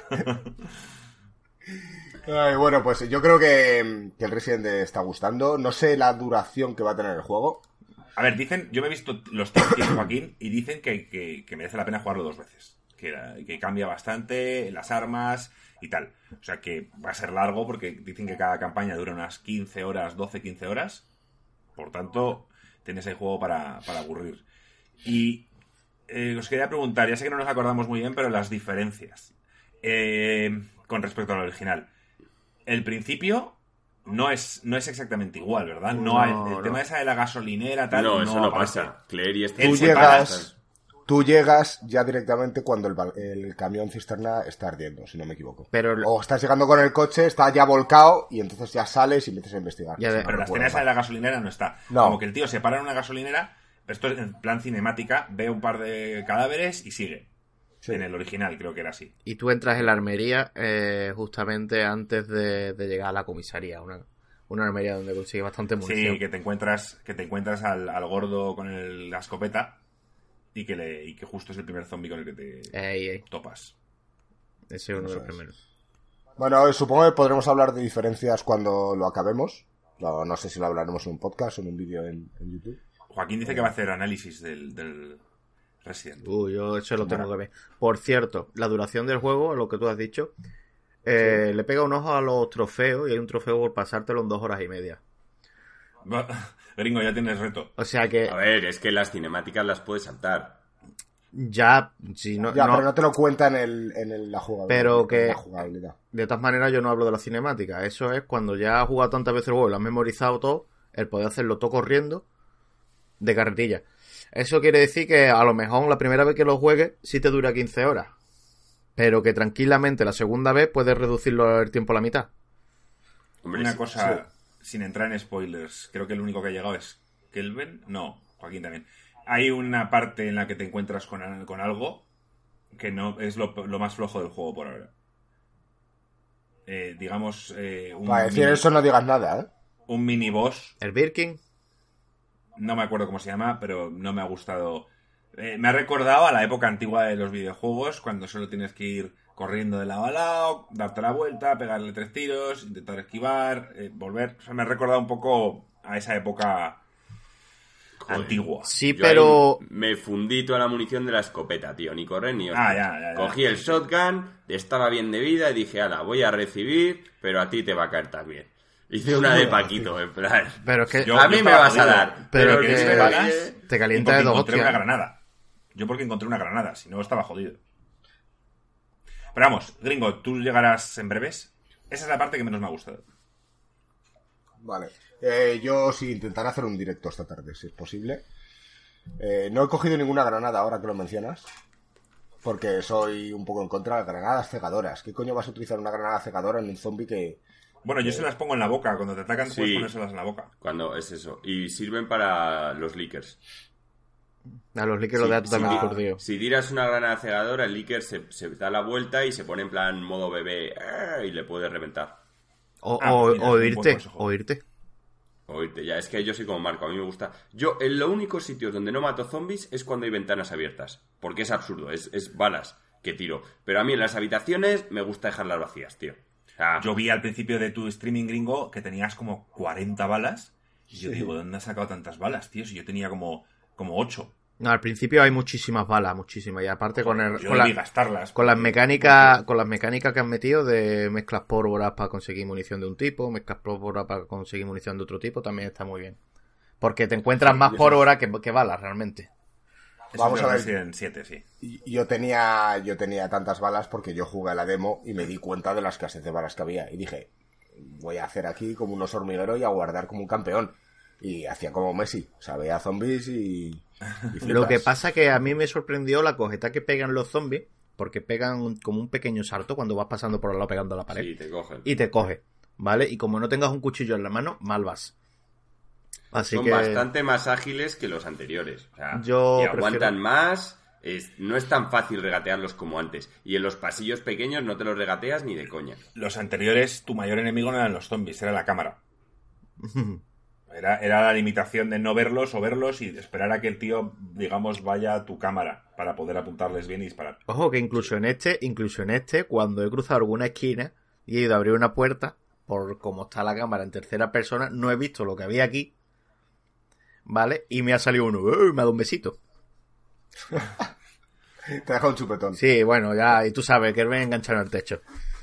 Ay, bueno, pues yo creo que, que el Resident está gustando. No sé la duración que va a tener el juego. A ver, dicen... Yo me he visto los tips de Joaquín y dicen que, que, que merece la pena jugarlo dos veces. Que, la- que cambia bastante las armas y tal. O sea que va a ser largo porque dicen que cada campaña dura unas quince horas, doce, quince horas. Por tanto, tienes el juego para, para aburrir. Y eh, os quería preguntar, ya sé que no nos acordamos muy bien, pero las diferencias eh, con respecto al original. El principio no es, no es exactamente igual, ¿verdad? No, No, hay- el no. tema esa de la gasolinera, tal, no, eso no aparece. pasa. Claire y este Él Tú se llegas, tú llegas ya directamente cuando el, val- el camión cisterna está ardiendo, si no me equivoco. Pero O estás llegando con el coche, está ya volcado y entonces ya sales y empiezas a investigar. Ya de- Sí, Pero la recuerdo, escena esa de vale. la gasolinera no está. No. Como que el tío se para en una gasolinera, esto es en plan cinemática, ve un par de cadáveres y sigue. Sí. En el original creo que era así. Y tú entras en la armería eh, justamente antes de, de llegar a la comisaría. Una, una armería donde consigues bastante munición. Sí, que te encuentras, que te encuentras al, al gordo con el, la escopeta y que, le, y que justo es el primer zombie con el que te ey, ey. topas. Ese es uno de los Eso es. primeros. Bueno, supongo que podremos hablar de diferencias cuando lo acabemos. No, no sé si lo hablaremos en un podcast o en un vídeo en, en YouTube. Joaquín dice que va a hacer análisis del, del Resident. Uh, yo eso lo tengo Bueno. que ver. Por cierto, la duración del juego, lo que tú has dicho, eh, Sí. le pega un ojo a los trofeos y hay un trofeo por pasártelo en dos horas y media. Va- Gringo, ya tienes reto. O sea que A ver, es que las cinemáticas las puedes saltar. ya, si no, Ya, no- pero no te lo cuenta en, el, en el- la jugabilidad. Pero en que- la jugabilidad. de todas maneras yo no hablo de la cinemática. Eso es cuando ya has jugado tantas veces el juego y lo has memorizado todo, el poder hacerlo todo corriendo de carretilla. Eso quiere decir que a lo mejor la primera vez que lo juegues sí te dura quince horas. Pero que tranquilamente la segunda vez puedes reducirlo el tiempo a la mitad. Hombre, Una sí, cosa, sin entrar en spoilers, creo que el único que ha llegado es Kelvin. No, Joaquín también. Hay una parte en la que te encuentras con, con algo que no es lo, lo más flojo del juego por ahora. Eh, digamos, eh, un, Para decir mini, eso no digas nada, ¿eh? un mini boss. El Birkin, No me acuerdo cómo se llama, pero no me ha gustado. Eh, me ha recordado a la época antigua de los videojuegos, cuando solo tienes que ir corriendo de lado a lado, darte la vuelta, pegarle tres tiros, intentar esquivar, eh, volver. O sea, me ha recordado un poco a esa época Joder. antigua. sí, Yo pero ahí me fundí toda la munición de la escopeta, tío. Ni correr ni Ah, hostias. ya, ya, ya. Cogí el shotgun, estaba bien de vida y dije, ala, voy a recibir, pero a ti te va a caer también. Hice una de Paquito, en plan. pero es que Yo- a mí me estaba vas a jodido, dar. pero que que- es de balas te y calienta porque de dos encontré hostias. una granada. Yo porque encontré una granada, si no estaba jodido. Pero vamos, gringo, tú llegarás en breves. Esa es la parte que menos me ha gustado. Vale. Eh, yo sí intentaré hacer un directo esta tarde, si es posible. Eh, no he cogido ninguna granada ahora que lo mencionas. Porque soy un poco en contra de las granadas cegadoras. ¿Qué coño vas a utilizar una granada cegadora en un zombie que... Bueno, yo se las pongo en la boca. Cuando te atacan, Sí. puedes ponérselas en la boca. Cuando es eso. Y sirven para los leakers. a los líquidos Sí, de totalmente sí. curtido. Si tiras una granada cegadora, el leaker se, se da la vuelta y se pone en plan modo bebé ¡eh! Y le puedes reventar. O, Ah, o- mira, o es un buen irte, consejo. o irte. Oírte, ya, es que yo soy como Marco, a mí me gusta. Yo, en los únicos sitios donde no mato zombies es cuando hay ventanas abiertas. Porque es absurdo, es, es balas que tiro. Pero a mí en las habitaciones me gusta dejarlas vacías, tío. O sea, Yo vi al principio de tu streaming, gringo, que tenías como cuarenta balas. Y yo Sí. digo, ¿de dónde has sacado tantas balas, tío? Si yo tenía como, como ocho. No, al principio hay muchísimas balas, muchísimas. Y aparte con, el, Yo con, debí la- gastarlas. con las porque- mecánicas con las mecánicas que han metido de mezclas pólvoras para conseguir munición de un tipo, mezclas pólvoras para conseguir munición de otro tipo, también está muy bien. Porque te encuentras Sí, más y eso pólvora que, que balas, realmente. Eso Vamos es de a ver. Resident siete, sí. Y- Yo tenía, yo tenía tantas balas porque yo jugué a la demo y me di cuenta de la escasez de balas que había. Y dije, voy a hacer aquí como unos hormigueros y a guardar como un campeón. Y hacía como Messi. O sea, veía zombies y... y Lo flipas. que pasa que a mí me sorprendió la cojeta que pegan los zombies, porque pegan un- como un pequeño salto cuando vas pasando por al lado pegando a la pared. sí, te cogen. Y te coge, ¿vale? Y como no tengas un cuchillo en la mano, mal vas. Así Son que bastante más ágiles que los anteriores. O sea, Yo y prefiero- aguantan más. Es, no es tan fácil regatearlos como antes. Y en los pasillos pequeños no te los regateas ni de coña. Los anteriores, tu mayor enemigo no eran los zombies, era la cámara. Era, era la limitación de no verlos o verlos y esperar a que el tío, digamos, vaya a tu cámara para poder apuntarles bien y disparar. Ojo que incluso en este, incluso en este, cuando he cruzado alguna esquina y he ido a abrir una puerta, por como está la cámara en tercera persona, no he visto lo que había aquí, ¿vale? Y me ha salido uno, ¡uy! Me ha dado un besito. Te deja un chupetón. Sí, bueno, ya, y tú sabes que él me engancharon al techo.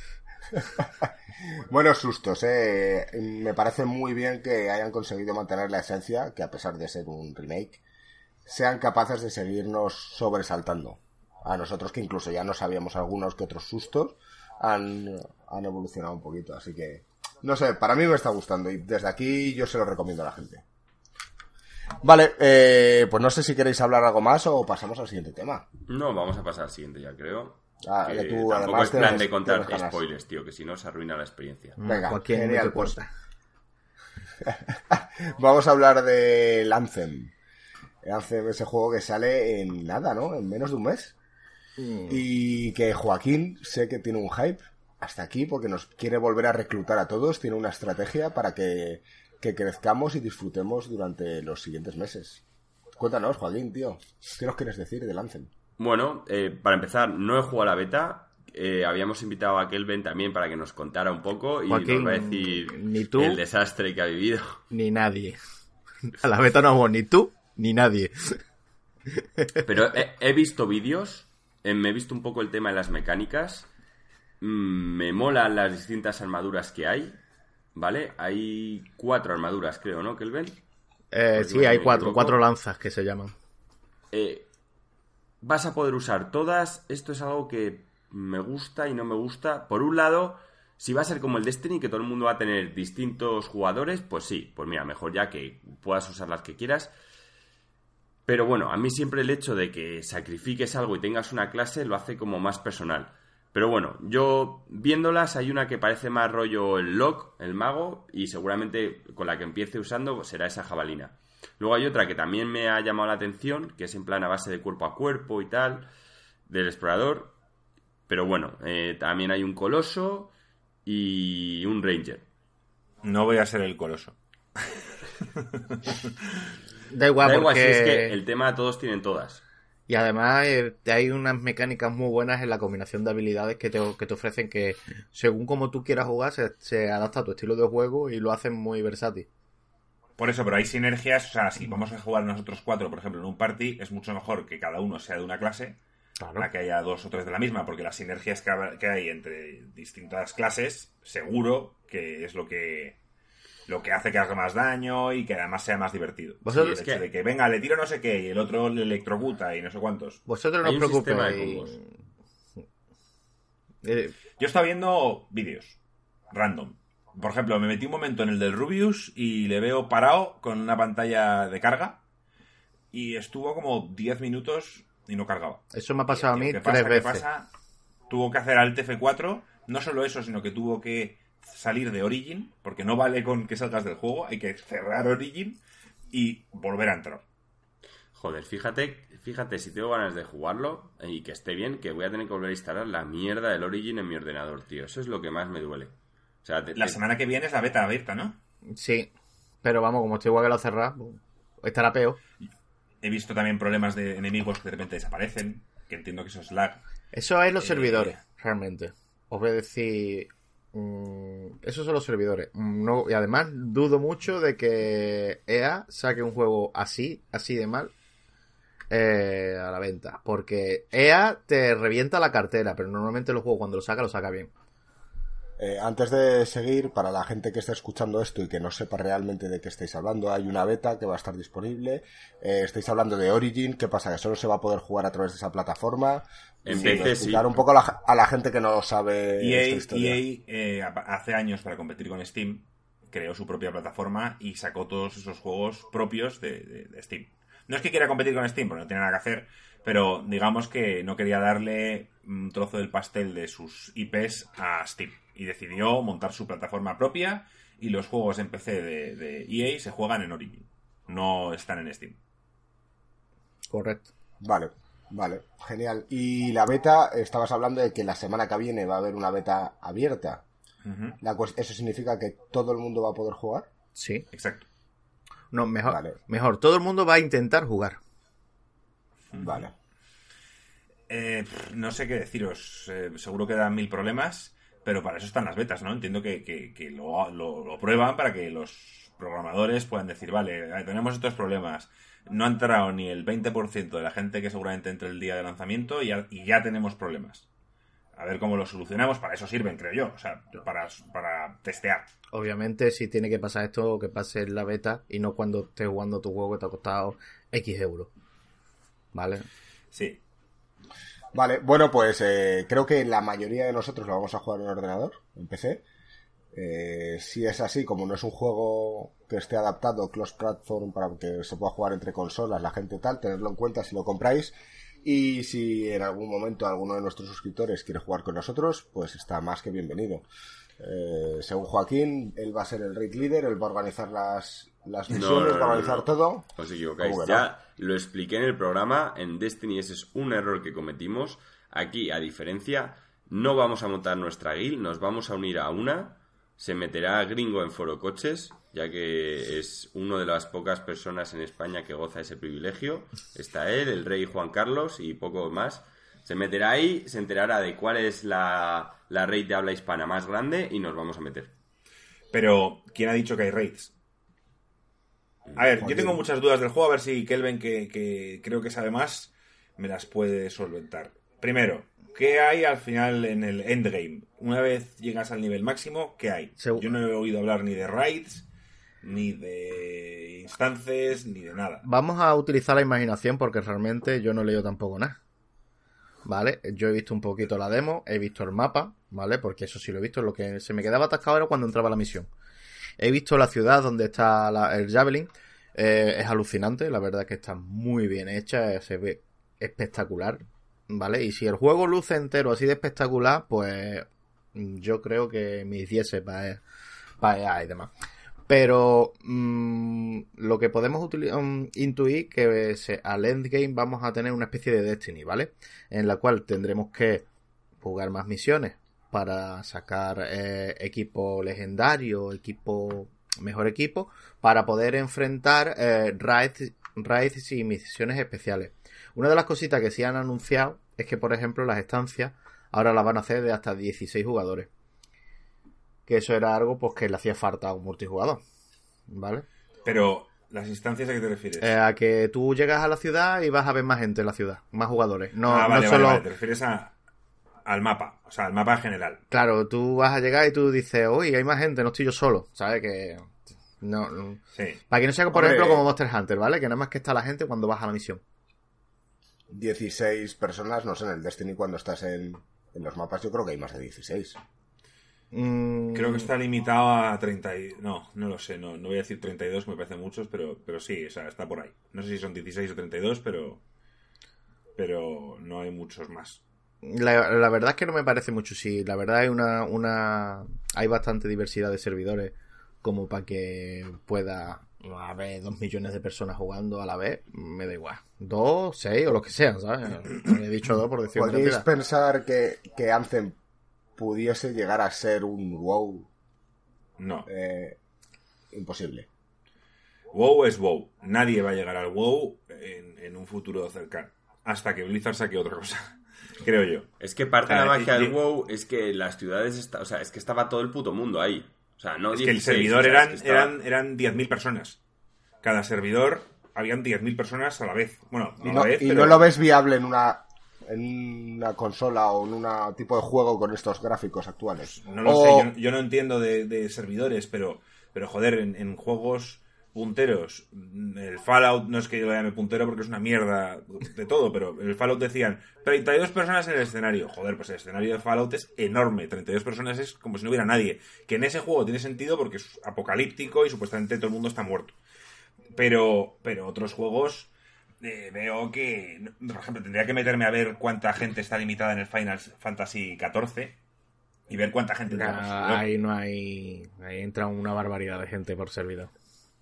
Buenos sustos, eh. Me parece muy bien que hayan conseguido mantener la esencia, que a pesar de ser un remake, sean capaces de seguirnos sobresaltando. A nosotros que incluso ya no sabíamos algunos que otros sustos, han, han evolucionado un poquito, así que... No sé, para mí me está gustando y desde aquí yo se lo recomiendo a la gente. Vale, eh, pues no sé si queréis hablar algo más o pasamos al siguiente tema. No, vamos a pasar al siguiente ya, creo. Ah, que que tú, tampoco además, es plan tienes- de contar tienes ganas. spoilers, tío, que si no se arruina la experiencia. Venga, Cualquier genial, me pues. corta. Vamos a hablar de Anthem. Anthem, ese juego que sale en nada, ¿no? En menos de un mes. Y que Joaquín sé que tiene un hype hasta aquí porque nos quiere volver a reclutar a todos, tiene una estrategia para que, que crezcamos y disfrutemos durante los siguientes meses. Cuéntanos, Joaquín, tío, ¿qué nos quieres decir de Anthem? Bueno, eh, para empezar, no he jugado a la beta. Eh, habíamos invitado a Kelvin también para que nos contara un poco y Joaquín, nos va a decir ni tú, el desastre que ha vivido. Ni nadie. A la beta no vamos ni tú ni nadie. Pero he, he visto vídeos, eh, me he visto un poco el tema de las mecánicas. Mm, me molan las distintas armaduras que hay, ¿vale? Hay cuatro armaduras, creo, ¿no, Kelvin? Eh, sí, hay cuatro, cuatro lanzas que se llaman. Eh, vas a poder usar todas. Esto es algo que me gusta y no me gusta. Por un lado, si va a ser como el Destiny, que todo el mundo va a tener distintos jugadores, pues sí, pues mira, mejor ya que puedas usar las que quieras. Pero bueno, a mí siempre el hecho de que sacrifiques algo y tengas una clase lo hace como más personal. Pero bueno, yo viéndolas hay una que parece más rollo el Locke, el mago, y seguramente con la que empiece usando será esa jabalina. Luego hay otra que también me ha llamado la atención, que es en plan a base de cuerpo a cuerpo y tal, del explorador. Pero bueno, eh, también hay un coloso y un ranger. No voy a ser el coloso. Da igual, da igual, porque... si es que el tema todos tienen todas. Y además eh, hay unas mecánicas muy buenas en la combinación de habilidades que te, que te ofrecen que, según como tú quieras jugar, se, se adapta a tu estilo de juego y lo hacen muy versátil. Por eso, pero hay sinergias. O sea, si vamos a jugar nosotros cuatro, por ejemplo, en un party, es mucho mejor que cada uno sea de una clase, Claro. a que haya dos o tres de la misma, porque las sinergias que, ha- que hay entre distintas clases, seguro que es lo que lo que hace que haga más daño y que además sea más divertido. Vosotros- Sí, el es hecho que- de que venga, le tiro no sé qué y el otro le electrocuta y no sé cuántos. Vosotros no Hay os un sistema de preocupéis. combos. Eh, Yo estaba viendo vídeos random. Por ejemplo, me metí un momento en el del Rubius y le veo parado con una pantalla de carga y estuvo como diez minutos y no cargaba. eso me ha pasado a Tío, mí ¿qué tres pasa? ¿Qué veces. pasa? Tuvo que hacer Alt F cuatro. No solo eso, sino que tuvo que salir de Origin, porque no vale con que salgas del juego, hay que cerrar Origin y volver a entrar. Joder, fíjate, fíjate si tengo ganas de jugarlo y que esté bien, que voy a tener que volver a instalar la mierda del Origin en mi ordenador, tío. Eso es lo que más me duele. O sea, te- La te- semana que viene es la beta abierta, ¿no? Sí, pero vamos, como estoy igual que lo cerrado, pues, estará peor. He visto también problemas de enemigos que de repente desaparecen, que entiendo que eso es lag. Eso es los Eh, servidores, realmente. Os voy a decir... mm, esos son los servidores. Mm, no, y además dudo mucho de que E A saque un juego así, así de mal, eh, a la venta. Porque E A te revienta la cartera, pero normalmente los juegos cuando lo saca, lo saca bien. Eh, antes de seguir, para la gente que esté escuchando esto y que no sepa realmente de qué estáis hablando, hay una beta que va a estar disponible. Eh, estáis hablando de Origin. ¿Qué pasa? ¿Que solo se va a poder jugar a través de esa plataforma? En Y P C, explicar sí. un poco a la, a la gente que no sabe E A, esta historia. E A eh, hace años, para competir con Steam, creó su propia plataforma y sacó todos esos juegos propios de, de- de Steam. No es que quiera competir con Steam, porque no tiene nada que hacer, pero digamos que no quería darle un trozo del pastel de sus I Pes a Steam. Y decidió montar su plataforma propia y los juegos en P C de, de E A se juegan en Origin. No están en Steam. Correcto. Vale, vale, genial. Y la beta, estabas hablando de que la semana que viene va a haber una beta abierta. Ujú. La cues- ¿Eso significa que todo el mundo va a poder jugar? Sí. Exacto. No, mejor. Vale. Mejor. Todo el mundo va a intentar jugar. Vale. Eh, pff, no sé qué deciros. Eh, seguro que dan mil problemas, pero para eso están las betas, ¿no? Entiendo que, que- que lo, lo- lo prueban para que los programadores puedan decir, vale, eh, tenemos estos problemas. No ha entrado ni el veinte por ciento de la gente que seguramente entre el día de lanzamiento y ya, y ya tenemos problemas. A ver cómo lo solucionamos. Para eso sirven, creo yo. O sea, para, para testear. Obviamente, si tiene que pasar esto, que pase en la beta y no cuando estés jugando tu juego que te ha costado X euros. ¿Vale? Sí. Vale, bueno, pues eh, creo que la mayoría de nosotros lo vamos a jugar en ordenador, en P C. Eh, si es así, como no es un juego que esté adaptado cross-platform para que se pueda jugar entre consolas, la gente tal, tenerlo en cuenta si lo compráis. Y si en algún momento alguno de nuestros suscriptores quiere jugar con nosotros, pues está más que bienvenido. Eh, según Joaquín, él va a ser el raid leader, él va a organizar las, las No, misiones, no, va a no, organizar no. todo. Os equivocáis. ¿Cómo que Ya lo expliqué en el programa en Destiny, ese es un error que cometimos. Aquí, a diferencia, no vamos a montar nuestra guild, nos vamos a unir a una. Se meterá Gringo en Foro Coches, ya que es una de las pocas personas en España que goza ese privilegio. Está él, el rey Juan Carlos y poco más. Se meterá ahí, se enterará de cuál es la, la raid de habla hispana más grande y nos vamos a meter. Pero, ¿quién ha dicho que hay raids? A ver, yo tengo muchas dudas del juego, a ver si Kelvin, que, que creo que sabe más, me las puede solventar. Primero, ¿qué hay al final en el endgame? Una vez llegas al nivel máximo, ¿qué hay? Seguro. Yo no he oído hablar ni de raids, ni de instances, ni de nada. Vamos a utilizar la imaginación porque realmente yo no he leído tampoco nada. ¿Vale? Yo he visto un poquito la demo, he visto el mapa, ¿vale? Porque eso sí lo he visto, lo que se me quedaba atascado era cuando entraba a la misión. He visto la ciudad donde está la, el Javelin, eh, es alucinante, la verdad que está muy bien hecha, se ve espectacular, ¿vale? Y si el juego luce entero así de espectacular, pues yo creo que mis diez para pa E A y demás. Pero mmm, lo que podemos um, intuir que se, al endgame vamos a tener una especie de Destiny, ¿vale? En la cual tendremos que jugar más misiones para sacar eh, equipo legendario, equipo mejor equipo, para poder enfrentar eh, raids, raids y misiones especiales. Una de las cositas que sí han anunciado es que, por ejemplo, las estancias ahora las van a hacer de hasta dieciséis jugadores. Que eso era algo pues que le hacía falta a un multijugador, ¿vale? Pero, ¿las instancias a qué te refieres? Eh, a que tú llegas a la ciudad y vas a ver más gente en la ciudad, más jugadores. No, ah, vale, no solo... vale, vale, te refieres a, al mapa, o sea, al mapa general. Claro, tú vas a llegar y tú dices, uy, hay más gente, no estoy yo solo, ¿sabes? Que... No, no. Sí. Para que no sea, por Hombre, ejemplo, como Monster Hunter, ¿vale? Que nada más que está la gente cuando vas a la misión. dieciséis personas, no sé, en el Destiny cuando estás en, en los mapas yo creo que hay más de dieciséis. Mm, Creo que está limitado a treinta y... No, no lo sé, no, no voy a decir treinta y dos, me parecen muchos, pero, pero sí, o sea, está por ahí. No sé si son dieciséis o treinta y dos, pero pero no hay muchos más. La, la verdad es que no me parece mucho, sí. La verdad hay una, una... Hay bastante diversidad de servidores como para que pueda haber dos millones de personas jugando a la vez. Me da igual. Dos, seis o lo que sean, ¿sabes? He dicho dos por decir una ¿Podríais cantidad. pensar que, que Anthem pudiese llegar a ser un WoW? No. Eh, imposible. WoW es WoW. Nadie va a llegar al WoW en, en un futuro cercano. Hasta que Blizzard saque otra cosa. Creo yo. Es que parte de Ah, la magia y- del WoW es que las ciudades... Está, o sea, es que estaba todo el puto mundo ahí. O sea, no Es que el dieciséis, servidor o sea, eran, es que estaba- eran, eran diez mil personas. Cada servidor habían diez mil personas a la vez. Bueno, no Y a no, la vez, y pero... no lo ves viable en una en una consola o en un tipo de juego con estos gráficos actuales. No lo O- sé, yo, yo no entiendo de, de servidores, pero, pero joder, en, en juegos punteros, el Fallout, no es que yo lo llame puntero porque es una mierda de todo, pero en el Fallout decían treinta y dos personas en el escenario. Joder, pues el escenario de Fallout es enorme, treinta y dos personas es como si no hubiera nadie. Que en ese juego tiene sentido porque es apocalíptico y supuestamente todo el mundo está muerto. Pero, pero otros juegos... Eh, veo que, por ejemplo, tendría que meterme a ver cuánta gente está limitada en el Final Fantasy catorce y ver cuánta gente tenemos. Ah, ahí no hay... Ahí entra una barbaridad de gente por servidor.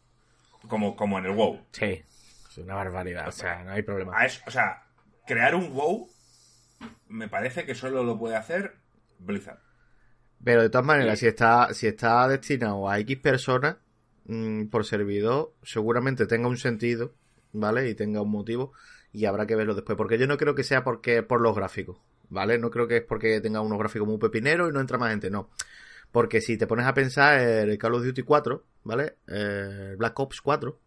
Como, como en el WoW. Sí, es una barbaridad, o sea, no hay problema. A eso- o sea, crear un WoW me parece que solo lo puede hacer Blizzard. Pero de todas maneras, si está si está destinado a X personas mmm, por servidor, seguramente tenga un sentido, ¿vale? Y tenga un motivo, y habrá que verlo después. Porque yo no creo que sea porque por los gráficos, ¿vale? No creo que es porque tenga unos gráficos muy pepineros y no entra más gente, no. Porque si te pones a pensar, el Call of Duty cuatro, ¿vale? Eh, Black Ops cuatro,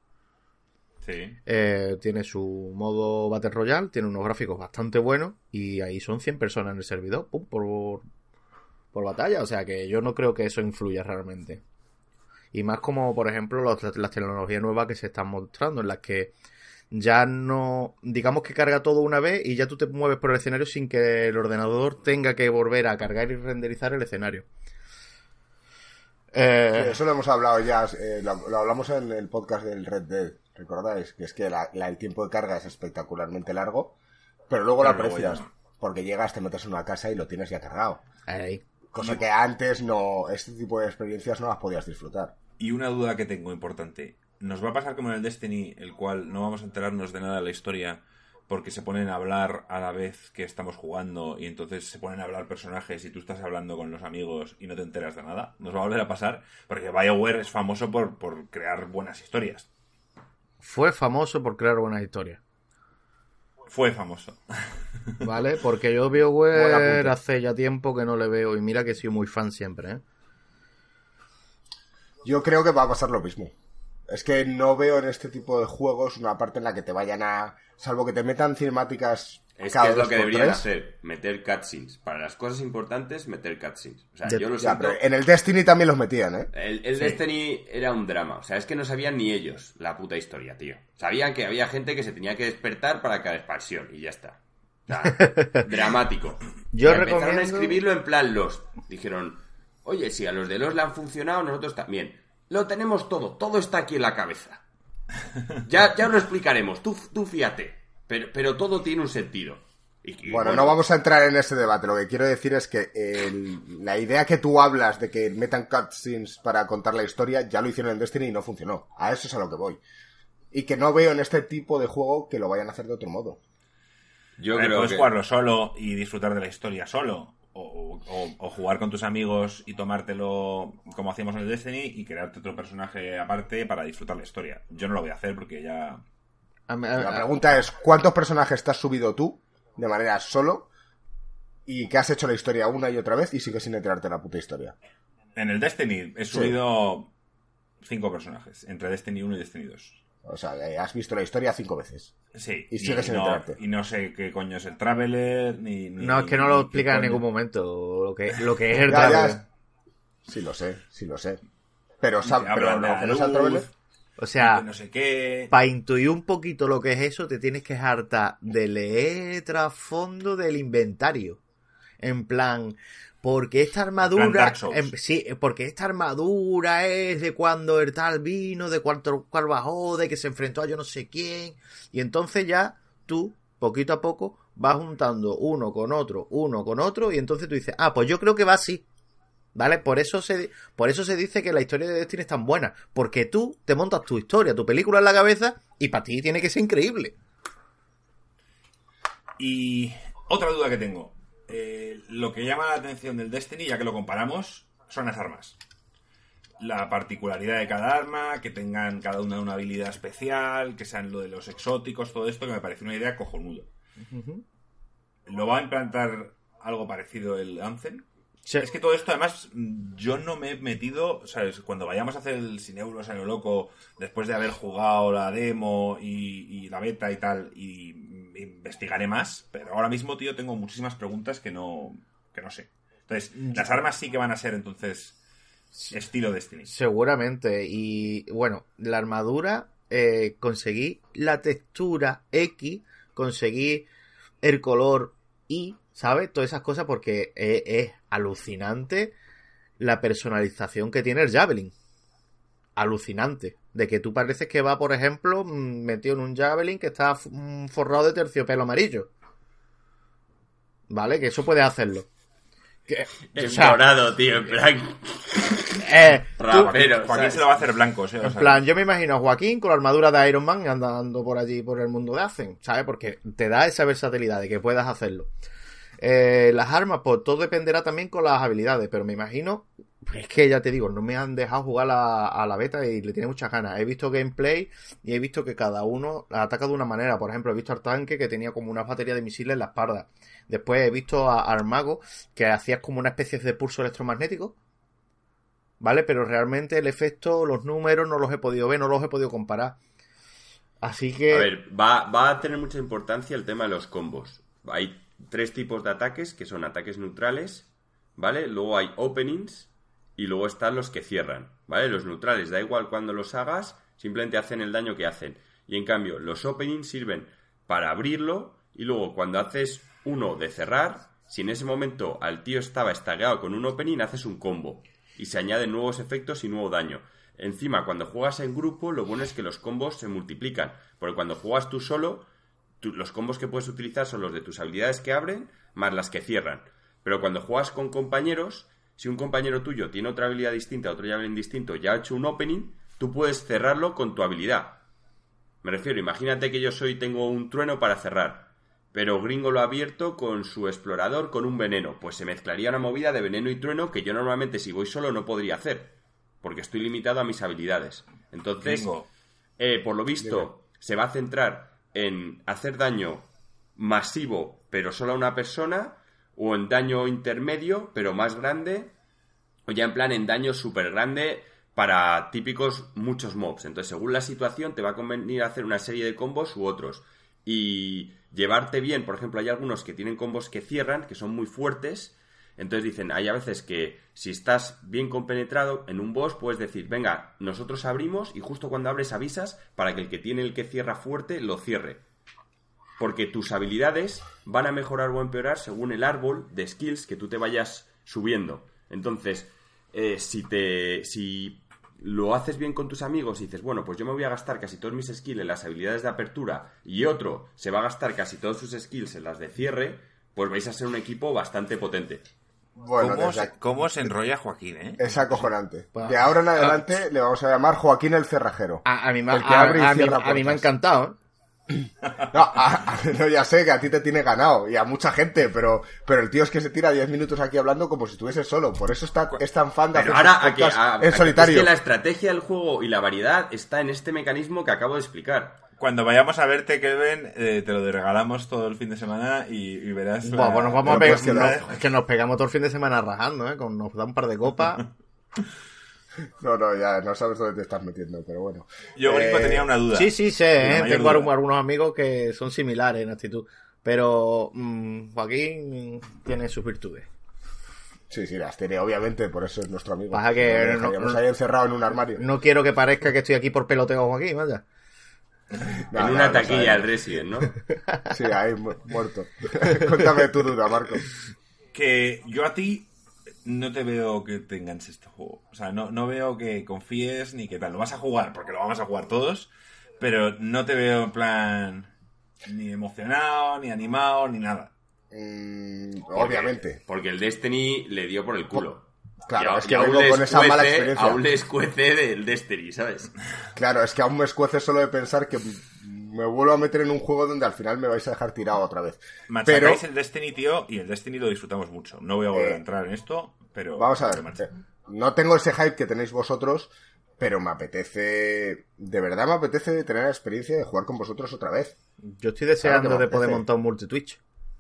Sí. eh, tiene su modo Battle Royale, tiene unos gráficos bastante buenos, y ahí son cien personas en el servidor, pum, por, por batalla. O sea que yo no creo que eso influya realmente. Y más como, por ejemplo, los, las tecnologías nuevas que se están mostrando, en las que ya no... Digamos que carga todo una vez y ya tú te mueves por el escenario sin que el ordenador tenga que volver a cargar y renderizar el escenario. Eh, Eso lo hemos hablado ya, eh, lo, lo hablamos en el podcast del Red Dead, ¿recordáis? Que es que la- la- el tiempo de carga es espectacularmente largo, pero luego Pero lo luego aprecias, ya no. porque llegas, te metes en una casa y lo tienes ya cargado. ahí. Cosa que antes no, este tipo de experiencias no las podías disfrutar. Y una duda que tengo importante. ¿Nos va a pasar como en el Destiny, el cual no vamos a enterarnos de nada de la historia porque se ponen a hablar a la vez que estamos jugando y entonces se ponen a hablar personajes y tú estás hablando con los amigos y no te enteras de nada. Nos va a volver a pasar porque BioWare es famoso por, por crear buenas historias. Fue famoso por crear buenas historias. Fue famoso. Vale, porque yo BioWare hace ya tiempo que no le veo y mira que he sido muy fan siempre, ¿eh? Yo creo que va a pasar lo mismo. Es que no veo en este tipo de juegos una parte en la que te vayan a... Salvo que te metan cinemáticas... Es que es lo que deberían hacer, meter cutscenes. Para las cosas importantes, meter cutscenes. O sea, de, yo lo ya, siento. pero en el Destiny también los metían, ¿eh? El, el sí. Destiny era un drama. O sea, es que no sabían ni ellos la puta historia, tío. Sabían que había gente que se tenía que despertar para cada expansión y ya está. O sea, dramático. Yo o sea, recomiendo... Empezaron a escribirlo en plan Lost. Dijeron, oye, si a los de Lost le han funcionado, nosotros también. Lo tenemos todo, todo está aquí en la cabeza. Ya, ya os lo explicaremos, tú, tú fíjate. Pero, pero todo tiene un sentido. Y, y bueno, bueno, no vamos a entrar en ese debate. Lo que quiero decir es que el, la idea que tú hablas de que metan cutscenes para contar la historia, ya lo hicieron en Destiny y no funcionó. A eso es a lo que voy. Y que no veo en este tipo de juego que lo vayan a hacer de otro modo. Yo creo puedes que... jugarlo solo y disfrutar de la historia solo. O, o, o jugar con tus amigos y tomártelo como hacíamos en el Destiny y crearte otro personaje aparte para disfrutar la historia. Yo no lo voy a hacer porque ya... A mí, a, la pregunta es, ¿cuántos personajes te has subido tú de manera solo y que has hecho la historia una y otra vez y sigues sin enterarte de la puta historia? En el Destiny he subido sí. cinco personajes, entre Destiny uno y Destiny dos. O sea, has visto la historia cinco veces. Sí. Y sigues y sin no, enterarte. Y no sé qué coño es el Traveler, ni... ni no, es que no lo explica en ningún momento lo que, lo que es el ya, Traveler. Ya. Sí lo sé, sí lo sé. Pero, ¿sabes? Pero no conoces al Traveler. O sea, no sé qué... para intuir un poquito lo que es eso, te tienes que hartar de leer trasfondo del inventario. En plan... Porque esta armadura... En, sí, porque esta armadura es de cuando el tal vino, de cuánto cuál bajó, de que se enfrentó a yo no sé quién. Y entonces ya tú, poquito a poco, vas juntando uno con otro, uno con otro, y entonces tú dices, ah, pues yo creo que va así. ¿Vale? Por eso se, por eso se dice que la historia de Destiny es tan buena. Porque tú te montas tu historia, tu película en la cabeza, y para ti tiene que ser increíble. Y otra duda que tengo. Eh, lo que llama la atención del Destiny, ya que lo comparamos, son las armas. La particularidad de cada arma, que tengan cada una una habilidad especial, que sean lo de los exóticos, todo esto, que me parece una idea cojonuda. Uh-huh. ¿Lo va a implantar algo parecido el Anthem? Sí. Es que todo esto, además, yo no me he metido, ¿sabes? Cuando vayamos a hacer el Sin Euros a lo loco, después de haber jugado la demo y, y la beta y tal, y investigaré más, pero ahora mismo, tío, tengo muchísimas preguntas que no, que no sé. Entonces, las armas sí que van a ser, entonces, estilo Destiny. Seguramente, y bueno, la armadura, eh, conseguí la textura X, conseguí el color Y, ¿sabes? Todas esas cosas porque es, es alucinante la personalización que tiene el Javelin. Alucinante. De que tú pareces que va, por ejemplo, metido en un Javelin que está forrado de terciopelo amarillo. ¿Vale? Que eso puedes hacerlo. Que, el o sea, dorado, tío, en plan... Eh, Rapero, Joaquín se lo va a hacer blanco, ¿sí? En o sea, plan, yo me imagino a Joaquín con la armadura de Iron Man andando por allí, por el mundo de Anthem, ¿sabes? Porque te da esa versatilidad de que puedas hacerlo. Eh, las armas, pues todo dependerá también con las habilidades, pero me imagino, es que ya te digo, no me han dejado jugar la, a la beta y le tiene muchas ganas. He visto gameplay y he visto que cada uno ataca de una manera. Por ejemplo, he visto al tanque que tenía como una batería de misiles en la espalda. Después he visto a, al mago que hacías como una especie de pulso electromagnético, ¿vale? Pero realmente el efecto, los números no los he podido ver, no los he podido comparar. Así que... A ver, va, va a tener mucha importancia el tema de los combos. Hay tres tipos de ataques, que son ataques neutrales, ¿vale? Luego hay openings y luego están los que cierran, ¿vale? Los neutrales, da igual cuando los hagas, simplemente hacen el daño que hacen. Y en cambio, los openings sirven para abrirlo y luego cuando haces uno de cerrar, si en ese momento al tío estaba estagueado con un opening, haces un combo. Y se añaden nuevos efectos y nuevo daño. Encima, cuando juegas en grupo, lo bueno es que los combos se multiplican. Porque cuando juegas tú solo, tú, los combos que puedes utilizar son los de tus habilidades que abren, más las que cierran. Pero cuando juegas con compañeros, si un compañero tuyo tiene otra habilidad distinta, otro javelin distinto, ya ha hecho un opening, tú puedes cerrarlo con tu habilidad. Me refiero, imagínate que yo soy, tengo un trueno para cerrar, pero Gringo lo ha abierto con su explorador con un veneno. Pues se mezclaría una movida de veneno y trueno que yo normalmente si voy solo no podría hacer, porque estoy limitado a mis habilidades. Entonces, eh, por lo visto, se va a centrar en hacer daño masivo, pero solo a una persona, o en daño intermedio, pero más grande, o ya en plan en daño súper grande para típicos muchos mobs. Entonces, según la situación, te va a convenir hacer una serie de combos u otros. Y llevarte bien, por ejemplo, hay algunos que tienen combos que cierran, que son muy fuertes. Entonces dicen, hay a veces que si estás bien compenetrado en un boss, puedes decir, venga, nosotros abrimos y justo cuando abres avisas para que el que tiene el que cierra fuerte lo cierre. Porque tus habilidades van a mejorar o empeorar según el árbol de skills que tú te vayas subiendo. Entonces, eh, si te si lo haces bien con tus amigos y dices, bueno, pues yo me voy a gastar casi todos mis skills en las habilidades de apertura y otro se va a gastar casi todos sus skills en las de cierre, pues vais a ser un equipo bastante potente. Bueno, ¿Cómo, se, ¿Cómo se enrolla Joaquín, eh? Es acojonante. De ahora en adelante ah, le vamos a llamar Joaquín el Cerrajero. A, a mí, me, a, a, a, mí, a mí me ha encantado, ¿eh? No, a, a, no, ya sé que a ti te tiene ganado y a mucha gente, pero pero el tío es que se tira diez minutos aquí hablando como si estuviese solo. Por eso está, es tan fan de pero hacer ahora a que, a, en solitario. Es que la estrategia del juego y la variedad está en este mecanismo que acabo de explicar. Cuando vayamos a verte, Kelvin, eh, te lo regalamos todo el fin de semana y, y verás. Buah, la... Bueno, vamos a ver, que, no, es que nos pegamos todo el fin de semana rajando, ¿eh? Con, nos da un par de copas. No, no, ya no sabes dónde te estás metiendo, pero bueno. Yo, Gringo, eh... tenía una duda. Sí, sí, sé, ¿eh? Tengo duda. algunos amigos que son similares en actitud. Pero mmm, Joaquín tiene sus virtudes. Sí, sí, las tiene, obviamente, por eso es nuestro amigo. Pasa que no, no, ahí encerrado en un armario. No quiero que parezca que estoy aquí por peloteo a Joaquín, vaya. No, en una no, taquilla al Resident, ¿no? Sí, ahí mu- muerto. Cuéntame tu duda, Marco. Que yo a ti no te veo que te enganches este juego. O sea, no, no veo que confíes ni que tal. Lo vas a jugar, porque lo vamos a jugar todos, pero no te veo en plan ni emocionado, ni animado, ni nada. Mm, porque, obviamente. Porque el Destiny le dio por el culo. Claro, y es que vengo con esa mala experiencia. Aún le escuece del Destiny, ¿sabes? Claro, es que aún me escuece solo de pensar que me vuelvo a meter en un juego donde al final me vais a dejar tirado otra vez. Machacáis pero... el Destiny, tío, y el Destiny lo disfrutamos mucho. No voy a volver eh, a entrar en esto, pero... Vamos a ver, eh, no tengo ese hype que tenéis vosotros, pero me apetece... De verdad me apetece tener la experiencia de jugar con vosotros otra vez. Yo estoy deseando de poder montar un multi-Twitch.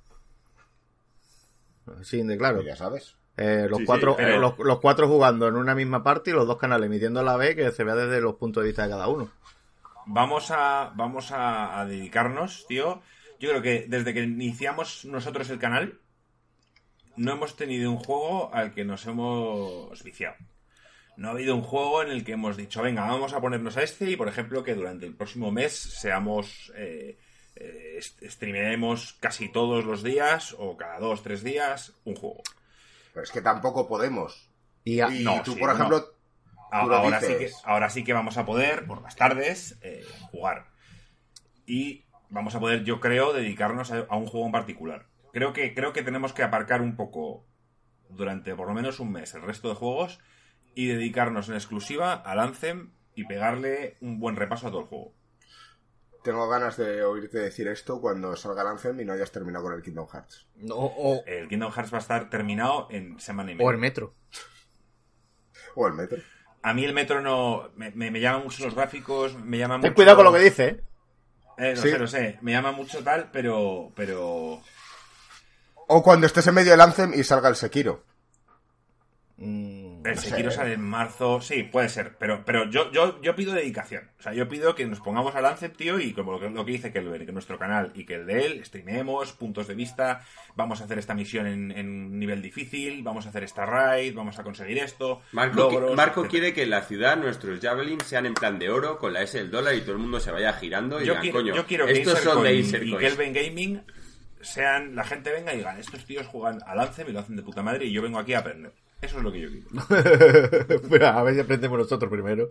Sí, de claro. Ya sabes. Eh, los, sí, cuatro, sí, pero... eh, los, los cuatro jugando en una misma parte y los dos canales emitiendo a la vez, que se vea desde los puntos de vista de cada uno. Vamos a vamos a, a dedicarnos, tío. Yo creo que desde que iniciamos nosotros el canal no hemos tenido un juego al que nos hemos viciado. No ha habido un juego en el que hemos dicho, venga, vamos a ponernos a este y, por ejemplo, que durante el próximo mes seamos... Eh, eh, streameemos casi todos los días o cada dos, tres días un juego. Pero es que tampoco podemos. Y, a... y no, tú, sí, por ejemplo... No. Ahora sí, que, ahora sí que vamos a poder, por las tardes, eh, jugar. Y vamos a poder, yo creo, dedicarnos a, a un juego en particular. Creo que, creo que tenemos que aparcar un poco, durante por lo menos un mes, el resto de juegos y dedicarnos en exclusiva al Anthem y pegarle un buen repaso a todo el juego. Tengo ganas de oírte decir esto cuando salga el Anthem y no hayas terminado con el Kingdom Hearts. No, o... El Kingdom Hearts va a estar terminado en semana y media. O el Metro. O el Metro. A mí el Metro no... Me, me, me llaman mucho los gráficos, me llaman mucho... Ten cuidado con lo que dice, ¿eh? Eh, lo ¿Sí? sé, lo sé. Me llama mucho tal, pero... pero... O cuando estés en medio del Anthem y salga el Sekiro. Mm, El no Sekiro sé. sale en marzo, sí, puede ser, pero pero yo yo yo pido dedicación. O sea, yo pido que nos pongamos al Anthem, tío, y como lo que, lo que dice Kelvin, que nuestro canal y que el de él, streameemos, puntos de vista, vamos a hacer esta misión en, en nivel difícil, vamos a hacer esta raid, vamos a conseguir esto, Marco, logros, Marco etcétera. quiere que en la ciudad nuestros javelins sean en plan de oro, con la S del dólar y todo el mundo se vaya girando y Yo digan, quiero, coño, yo quiero que estos son de Insercoin Insercoin. y Kelvin Gaming sean, la gente venga y digan, estos tíos juegan al Anthem y lo hacen de puta madre y yo vengo aquí a aprender. Eso es lo que yo quiero. Pero a ver si aprendemos nosotros primero.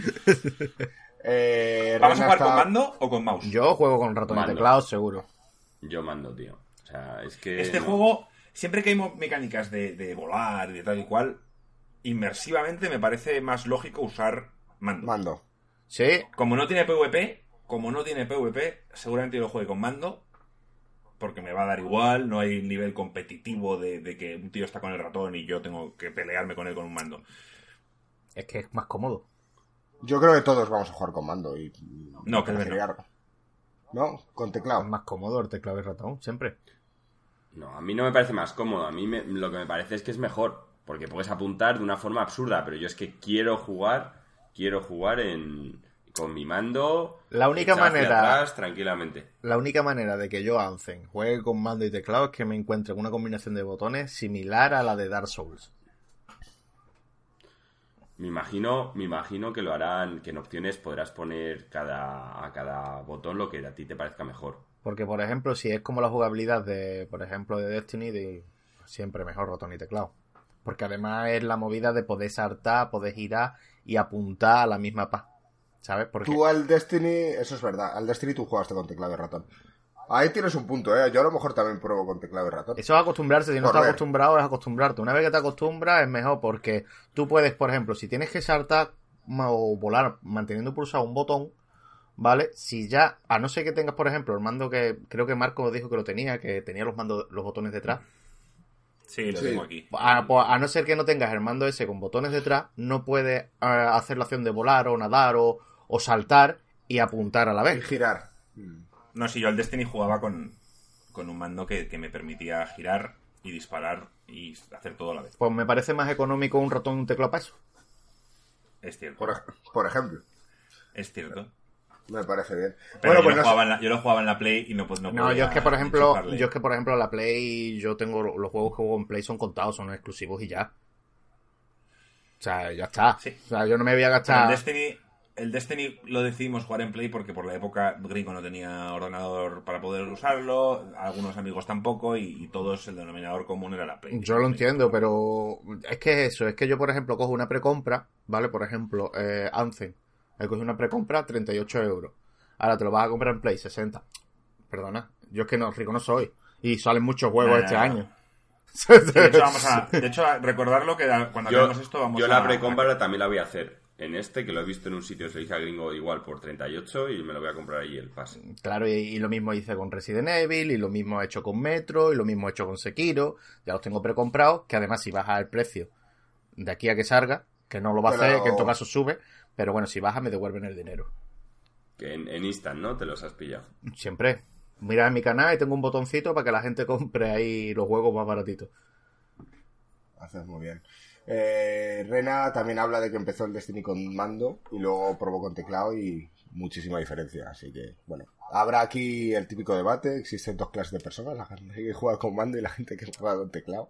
Eh, ¿Vamos a Rena jugar con está- mando o con mouse? Yo juego con ratón y Mando. teclado, seguro. Yo mando, tío. O sea, es que... Este no. juego, siempre que hay mo- mecánicas de, de volar y de tal y cual, inmersivamente me parece más lógico usar mando. Mando. Sí, Como no tiene PvP, como no tiene PvP, seguramente yo lo juegue con mando, porque me va a dar igual, no hay nivel competitivo de, de que un tío está con el ratón y yo tengo que pelearme con él con un mando. Es que es más cómodo. Yo creo que todos vamos a jugar con mando y... No, que no. ¿No? Con teclado. Es más cómodo el teclado y ratón, siempre. No, a mí no me parece más cómodo. A mí me, lo que me parece es que es mejor. Porque puedes apuntar de una forma absurda. Pero yo es que quiero jugar... Quiero jugar en... Con mi mando... La única manera... Atrás, tranquilamente. La única manera de que yo, Anthem, juegue con mando y teclado es que me encuentre con una combinación de botones similar a la de Dark Souls. Me imagino, me imagino que lo harán, que en opciones podrás poner cada, a cada botón lo que a ti te parezca mejor. Porque, por ejemplo, si es como la jugabilidad de, por ejemplo, de Destiny, de siempre mejor ratón y teclado. Porque además es la movida de poder saltar, poder girar y apuntar a la misma paz. ¿Sabes? Porque... Tú al Destiny, eso es verdad, al Destiny tú jugaste con teclado y ratón. Ahí tienes un punto, ¿eh? Yo a lo mejor también pruebo con teclado y ratón. Eso es acostumbrarse, si no estás acostumbrado es acostumbrarte. Una vez que te acostumbras es mejor porque tú puedes, por ejemplo, si tienes que saltar o volar manteniendo pulsado un botón, ¿vale? Si ya, a no ser que tengas, por ejemplo, el mando que creo que Marco dijo que lo tenía, que tenía los mandos, los botones detrás. Sí, lo sí. tengo aquí. A, pues, a no ser que no tengas el mando ese con botones detrás, no puedes uh, hacer la acción de volar o nadar o, o saltar y apuntar a la vez. Y girar. No, si yo al Destiny jugaba con, con un mando que, que me permitía girar y disparar y hacer todo a la vez. Pues me parece más económico un ratón y un teclado para eso. Es cierto. Por, por ejemplo. Es cierto. Me parece bien. Pero bueno, yo, pues lo no jugaba en la, yo lo jugaba en la Play y no, pues, no No, podía yo es que por ejemplo, enchufarle. yo es que por ejemplo la Play, yo tengo los juegos que juego en Play son contados, son exclusivos y ya. O sea, ya está. Sí. O sea, yo no me voy a Pero gastar. el Destiny, el Destiny lo decidimos jugar en Play porque por la época Gringo no tenía ordenador para poder usarlo, algunos amigos tampoco y, y todos el denominador común era la Play. Yo lo entiendo, pero es que es eso, es que yo por ejemplo cojo una precompra, ¿vale? Por ejemplo, eh, Anthem, he cogido una precompra treinta y ocho euros. Ahora te lo vas a comprar en Play sesenta. Perdona, yo es que no, rico no soy. Y salen muchos juegos Nah, este nah, año. De hecho, vamos a, de hecho, a recordarlo que cuando Yo, hagamos esto vamos yo a... la precompra también la voy a hacer. En este, que lo he visto en un sitio, se lo dije a Gringo igual por treinta y ocho y me lo voy a comprar ahí el pase. Claro, y, y lo mismo hice con Resident Evil, y lo mismo he hecho con Metro, y lo mismo he hecho con Sekiro. Ya los tengo precomprados, que además si baja el precio de aquí a que salga, que no lo va a Pero... hacer, que en todo caso sube, pero bueno, si baja me devuelven el dinero. Que en, en Instant, ¿no? Te los has pillado. Siempre. Mira en mi canal y tengo un botoncito para que la gente compre ahí los juegos más baratitos. Haces muy bien. Eh, Rena también habla de que empezó el Destiny con mando y luego probó con teclado y muchísima diferencia. Así que, bueno, habrá aquí el típico debate. Existen dos clases de personas, la gente que juega con mando y la gente que juega con teclado.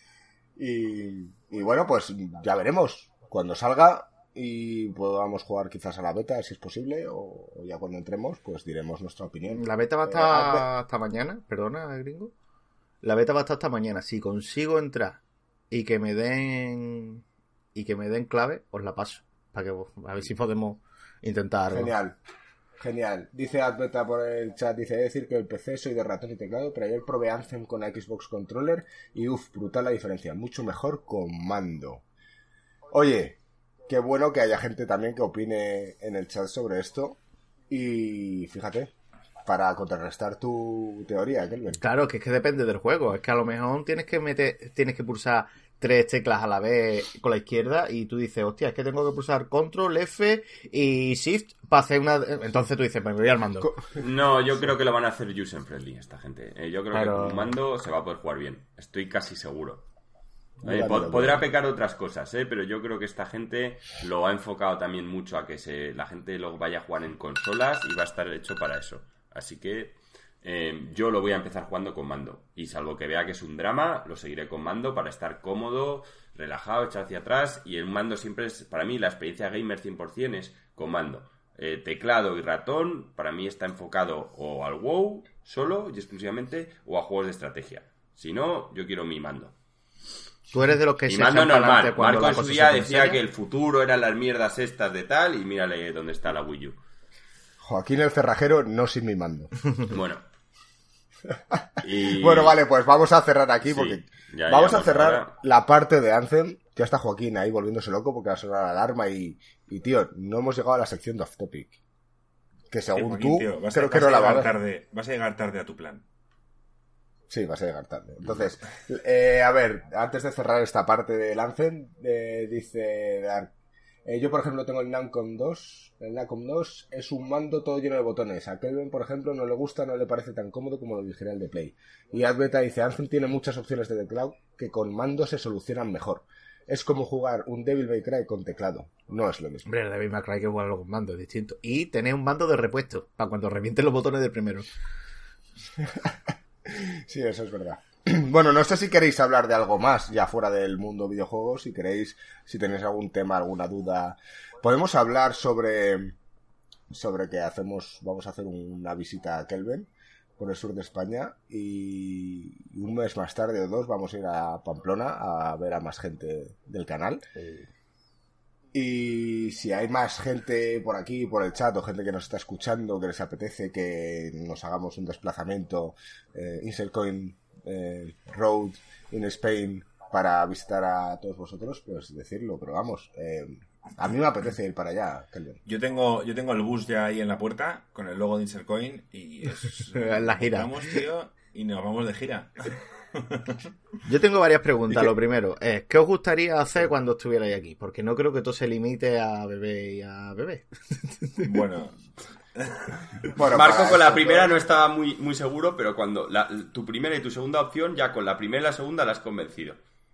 Y, y bueno, pues ya veremos cuando salga y podamos jugar quizás a la beta si es posible, o, o ya cuando entremos pues diremos nuestra opinión. La beta va a estar eh, hasta mañana, perdona, gringo. La beta va a estar hasta mañana. Si consigo entrar y que me den y que me den clave, os la paso para que a ver si podemos intentar algo. Genial, genial. Dice Adbeta por el chat, dice decir que el P C soy de ratón y teclado, pero ayer probé Anthem con la Xbox Controller y uff, brutal la diferencia, mucho mejor con mando. Oye, qué bueno que haya gente también que opine en el chat sobre esto y fíjate, para contrarrestar tu teoría, Kelvin. Claro, que es que depende del juego. Es que a lo mejor tienes que meter, tienes que pulsar tres teclas a la vez con la izquierda y tú dices, hostia, es que tengo que pulsar Control, F y Shift para hacer una... Entonces tú dices, me voy al mando. No, yo creo que lo van a hacer user friendly esta gente. Eh, yo creo Pero... que con un mando se va a poder jugar bien. Estoy casi seguro. Eh, Vale, pod- vale. podrá pecar otras cosas, ¿eh? Pero yo creo que esta gente lo ha enfocado también mucho a que se la gente lo vaya a jugar en consolas y va a estar hecho para eso. Así que eh, yo lo voy a empezar jugando con mando. Y salvo que vea que es un drama, lo seguiré con mando para estar cómodo, relajado, echar hacia atrás. Y el mando siempre es, para mí, la experiencia gamer cien por ciento es con mando. Eh, teclado y ratón, para mí está enfocado o al WoW, solo y exclusivamente, o a juegos de estrategia. Si no, yo quiero mi mando. Tú eres de los que Y se mando echan para normal. adelante cuando Marco la en su cosa día se pone decía seria. que el futuro eran las mierdas estas de tal, y mírale dónde está la Wii U. Joaquín el Cerrajero, no sin mi mando. Bueno. Y... Bueno, vale, pues vamos a cerrar aquí Sí, porque ya vamos a llegamos cerrar ahora. la parte de Anthem. Ya está Joaquín ahí volviéndose loco porque va a sonar la alarma y, y tío, no hemos llegado a la sección de Off Topic. Que según Sí, Joaquín, tú, tío, vas, creo a, que vas, no a la va a llegar ver. tarde, vas a llegar tarde a tu plan. Sí, vas a llegar tarde. Entonces, eh, a ver, antes de cerrar esta parte del Anthem, eh, dice Dark, eh, yo por ejemplo tengo el Namcom dos. El Namcom dos es un mando todo lleno de botones. A Kelvin, por ejemplo, no le gusta, no le parece tan cómodo como el original de Play. Y Adbeta dice, Anthem tiene muchas opciones de teclado que con mando se solucionan mejor. Es como jugar un Devil May Cry con teclado. No es lo mismo. Hombre, el Devil May Cry hay que jugarlo con mando, es distinto. Y tener un mando de repuesto, para cuando revienten los botones del primero. Sí, eso es verdad. Bueno, no sé si queréis hablar de algo más ya fuera del mundo videojuegos, si queréis, si tenéis algún tema, alguna duda. Podemos hablar sobre sobre que hacemos, vamos a hacer una visita a Kelvin por el sur de España y un mes más tarde o dos vamos a ir a Pamplona a ver a más gente del canal. Y si hay más gente por aquí, por el chat, o gente que nos está escuchando, que les apetece que nos hagamos un desplazamiento eh, Inselcoin eh, Road in Spain para visitar a todos vosotros, pues decirlo, pero vamos, eh, a mí me apetece ir para allá, Kelvin. Yo tengo, yo tengo el bus ya ahí en la puerta con el logo de Insercoin y es, La gira. Vamos, tío, y nos vamos de gira. Yo tengo varias preguntas. ¿Y qué? Lo primero es, ¿qué os gustaría hacer cuando estuvierais aquí? Porque no creo que todo se limite a bebé y a bebé. Bueno, Bueno, Marco para con la esto primera todo- no estaba muy, muy seguro, pero cuando la- tu primera y tu segunda opción, ya con la primera y la segunda la has convencido.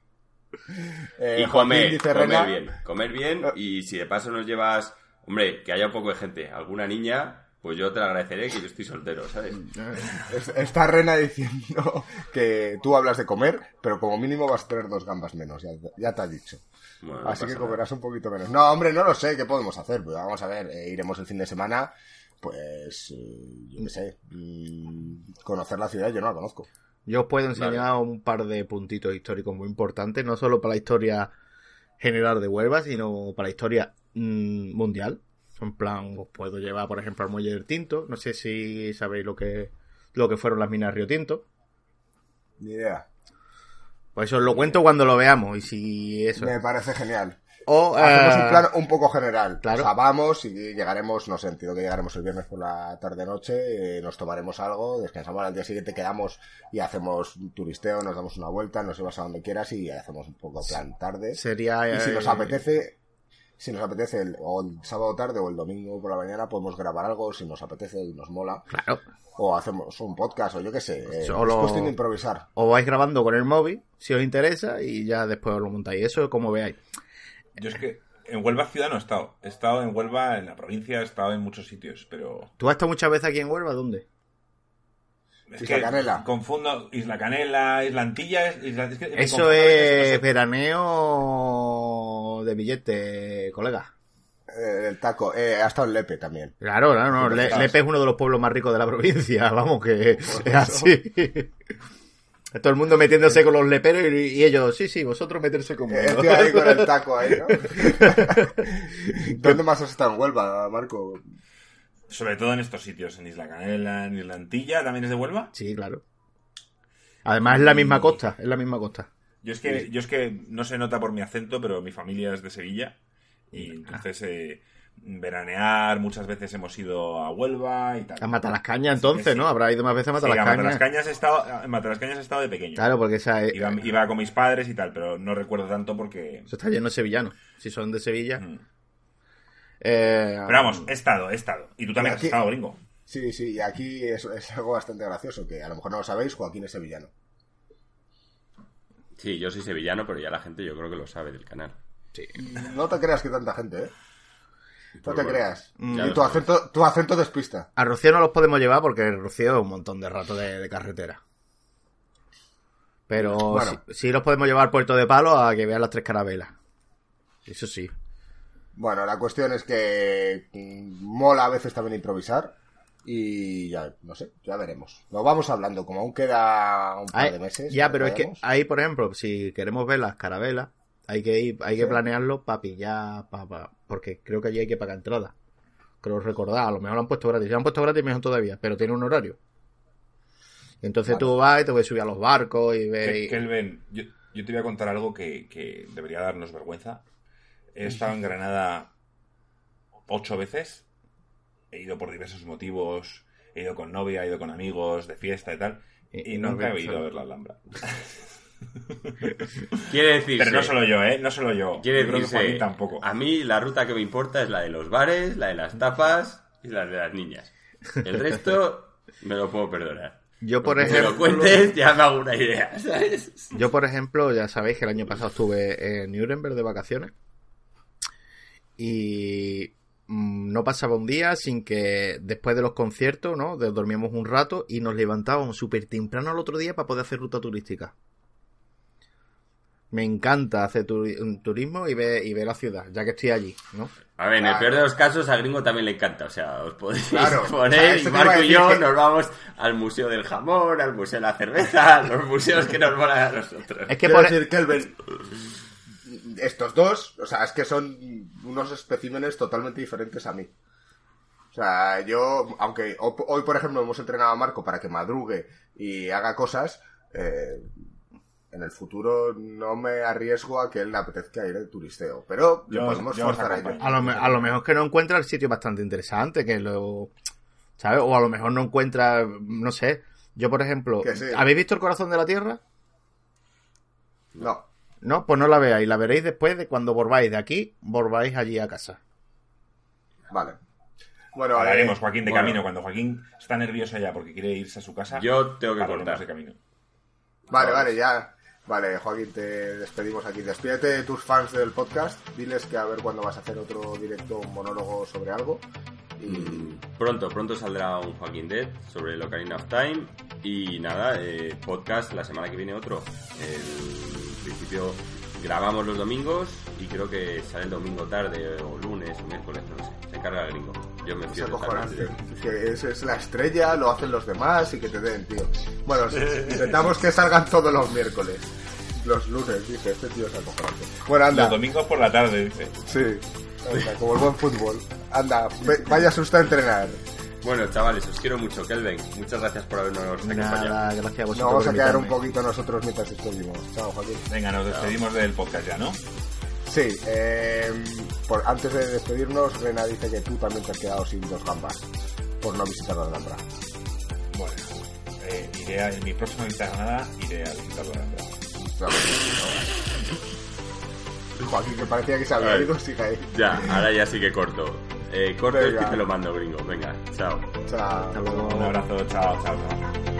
eh, Y Joaquín comer, dice, comer Rena, bien, comer bien, y si de paso nos llevas, hombre, que haya un poco de gente, alguna niña, pues yo te lo agradeceré, que yo estoy soltero, ¿sabes? es- está Rena diciendo que tú hablas de comer, pero como mínimo vas a tener dos gambas menos, ya, ya te ha dicho. Bueno, no Así pasa que nada. comerás un poquito menos. No, hombre, no lo sé, ¿qué podemos hacer? Pues vamos a ver, eh, iremos el fin de semana, pues, eh, yo qué sé, mm, conocer la ciudad, yo no la conozco. Yo os puedo enseñar un par de puntitos históricos muy importantes, no solo para la historia general de Huelva, sino para la historia mmm, mundial. En plan, os puedo llevar, por ejemplo, al Muelle del Tinto. No sé si sabéis lo que lo que fueron las minas Río Tinto. Ni idea. Pues eso os lo cuento cuando lo veamos. Y si eso. Me parece genial. O, Hacemos eh, un plan un poco general. claro. O sea, vamos y llegaremos, no sé, entiendo que llegaremos el viernes por la tarde-noche, eh, nos tomaremos algo, descansamos al día siguiente, quedamos y hacemos un turisteo, nos damos una vuelta, nos llevas a donde quieras y hacemos un poco plan tarde. sería. Y si nos eh, apetece, si nos apetece el, o el sábado tarde o el domingo por la mañana podemos grabar algo, si nos apetece y nos mola. Claro. O hacemos un podcast o yo qué sé. Eh, Solo- Es cuestión de improvisar. Os vais grabando con el móvil, si os interesa, y ya después os lo montáis. Eso como veáis. yo es que en Huelva ciudad no he estado. He estado en Huelva, en la provincia, he estado en muchos sitios, pero ¿Tú has estado muchas veces aquí en Huelva? ¿Dónde? es Isla que Canela. confundo Isla Canela, Isla Antilla, es- Isla... es que me Eso confundo a veces, es no sé. veraneo de billete, colega. Eh, el taco. Eh, ha estado en Lepe también. Claro, claro, no. Sí, Le- estás. Lepe es uno de los pueblos más ricos de la provincia. Vamos, que es así. Todo el mundo metiéndose con los leperos y, y ellos, sí, sí, vosotros meterse conmigo. Eh, Estoy ahí con el taco ahí, ¿no? ¿Dónde más has estado en Huelva, Marco? Sobre todo en estos sitios, en Isla Canela, en Isla Antilla, ¿también es de Huelva? Sí, claro. Además es la misma costa, es la misma costa. Yo es que, yo es que no se nota por mi acento, pero mi familia es de Sevilla. Y entonces eh, veranear, muchas veces hemos ido a Huelva y tal. A Matalascañas entonces, Sí, ¿no? sí. Habrá ido más veces a Sí, a Matalascañas. Matalascañas he estado, en Matalascañas he estado de pequeño. Claro, porque esa es- Iba, iba con mis padres y tal, pero no recuerdo tanto porque... eso está lleno de sevillanos. Si son de Sevilla. Mm. Eh, Pero vamos, he estado, he estado. Y tú también Y aquí- has estado, gringo. Sí, sí, y aquí es, es algo bastante gracioso, que a lo mejor no lo sabéis, Joaquín es sevillano. Sí, yo soy sevillano, pero ya la gente yo creo que lo sabe del canal. sí. No te creas que tanta gente, ¿eh? No Pues te bueno, creas. ya Y lo tu sabes. acento, tu acento despista. A Rocío no los podemos llevar porque Rocío es un montón de rato de, de carretera. Pero Bueno. sí, sí los podemos llevar al Puerto de Palo a que vean las tres carabelas. Eso sí. Bueno, la cuestión es que mm, mola a veces también improvisar. Y ya, no sé, ya veremos. Lo vamos hablando, como aún queda un par Ay, de meses. ya, no pero es que sabemos. ahí, por ejemplo, si queremos ver las carabelas, hay que ir, hay que Sí. planearlo para pillar, pa, pa- porque creo que allí hay que pagar entrada. Creo recordar, a lo mejor lo han puesto gratis. Si lo han puesto gratis, mejor todavía, pero tiene un horario. Y entonces Vale. tú vas y te puedes subir a los barcos y ver. Ke- y- Kelvin, yo, yo te voy a contar algo que, que debería darnos vergüenza. He estado en Granada ocho veces. he ido por diversos motivos, he ido con novia, he ido con amigos, de fiesta y tal, y, y nunca he ido a ver la Alhambra. Quiere decir, pero no solo yo, ¿eh? No solo yo. Quiere yo creo que decirse, Joaquín tampoco. A mí la ruta que me importa es la de los bares, la de las tapas y la de las niñas. El resto me lo puedo perdonar. Yo, por Porque ejemplo... Si lo cuentes, ya me hago una idea, ¿sabes? Yo, por ejemplo, ya sabéis que el año pasado estuve en Nuremberg de vacaciones y mmm, no pasaba un día sin que después de los conciertos, ¿no? Dormíamos un rato y nos levantábamos súper temprano al otro día para poder hacer ruta turística. Me encanta hacer turi- turismo y ver, y ver la ciudad, ya que estoy allí, ¿no? A ver, en el peor de los casos, a Gringo también le encanta. O sea, os podéis Claro, poner, o sea, y eso te iba Marco a y yo decir que- nos vamos al Museo del Jamón, al Museo de la Cerveza, a los museos que nos molan a nosotros. Es que Quiero por... decir, Kelvin, estos dos, o sea, es que son unos especímenes totalmente diferentes a mí. O sea, yo, aunque hoy, por ejemplo, hemos entrenado a Marco para que madrugue y haga cosas, eh, en el futuro no me arriesgo a que él le apetezca ir de turisteo. Pero Yo- le podemos yo os forzar a ello. acompaño. A lo, me- a lo mejor que no encuentra el sitio bastante interesante, que lo... ¿Sabes? O a lo mejor no encuentra, no sé. Yo, por ejemplo, Que sí. ¿habéis visto El corazón de la tierra? No. No, pues no la veáis. La veréis después de cuando volváis de aquí, volváis allí a casa. Vale. Bueno, Hablaremos, eh, Joaquín, de bueno, camino. Cuando Joaquín está nervioso ya porque quiere irse a su casa, Yo tengo que hablaremos cortar. de camino. Vale, vale, ya. Vale, Joaquín, te despedimos aquí. Despídete de tus fans del podcast. Diles que a ver cuándo vas a hacer otro directo, un monólogo sobre algo. Y Pronto, pronto saldrá un Joaquín Dead sobre el Ocarina of Time. Y nada, eh, podcast la semana que viene otro. En principio grabamos los domingos y creo que sale el domingo tarde o lunes o miércoles, no sé. Se encarga el Gringo. Yo me es fío acojonante. totalmente. Que es, es la estrella, lo hacen los demás y que te den, tío. Bueno, intentamos que salgan todos los miércoles. Los lunes, dice, este tío es acojonante. Bueno, anda. Los domingos por la tarde, dice. Sí, anda, como el buen fútbol. Anda, ve- vaya asusta a entrenar. Bueno, chavales, os quiero mucho. Kelvin, muchas gracias por habernos acompañado. Nada, gracias a vosotros. Nos vamos a por quedar un invitarme. poquito nosotros mientras despedimos. Chao, Joaquín. Venga, nos despedimos del podcast ya, ¿no? Sí, eh, por, antes de despedirnos, Rena dice que tú también te has quedado sin dos gambas por no visitar la Alhambra. Bueno, eh, iré a, en mi próxima visita a Granada, iré a visitar la Alhambra. Joaquín, que parecía que se había Vale. ido, sigue ahí. Ya, ahora ya sí que corto. Eh, corto Venga. y te lo mando, Gringo. Venga, chao. Chao. Hasta luego. Un abrazo, chao, chao, chao.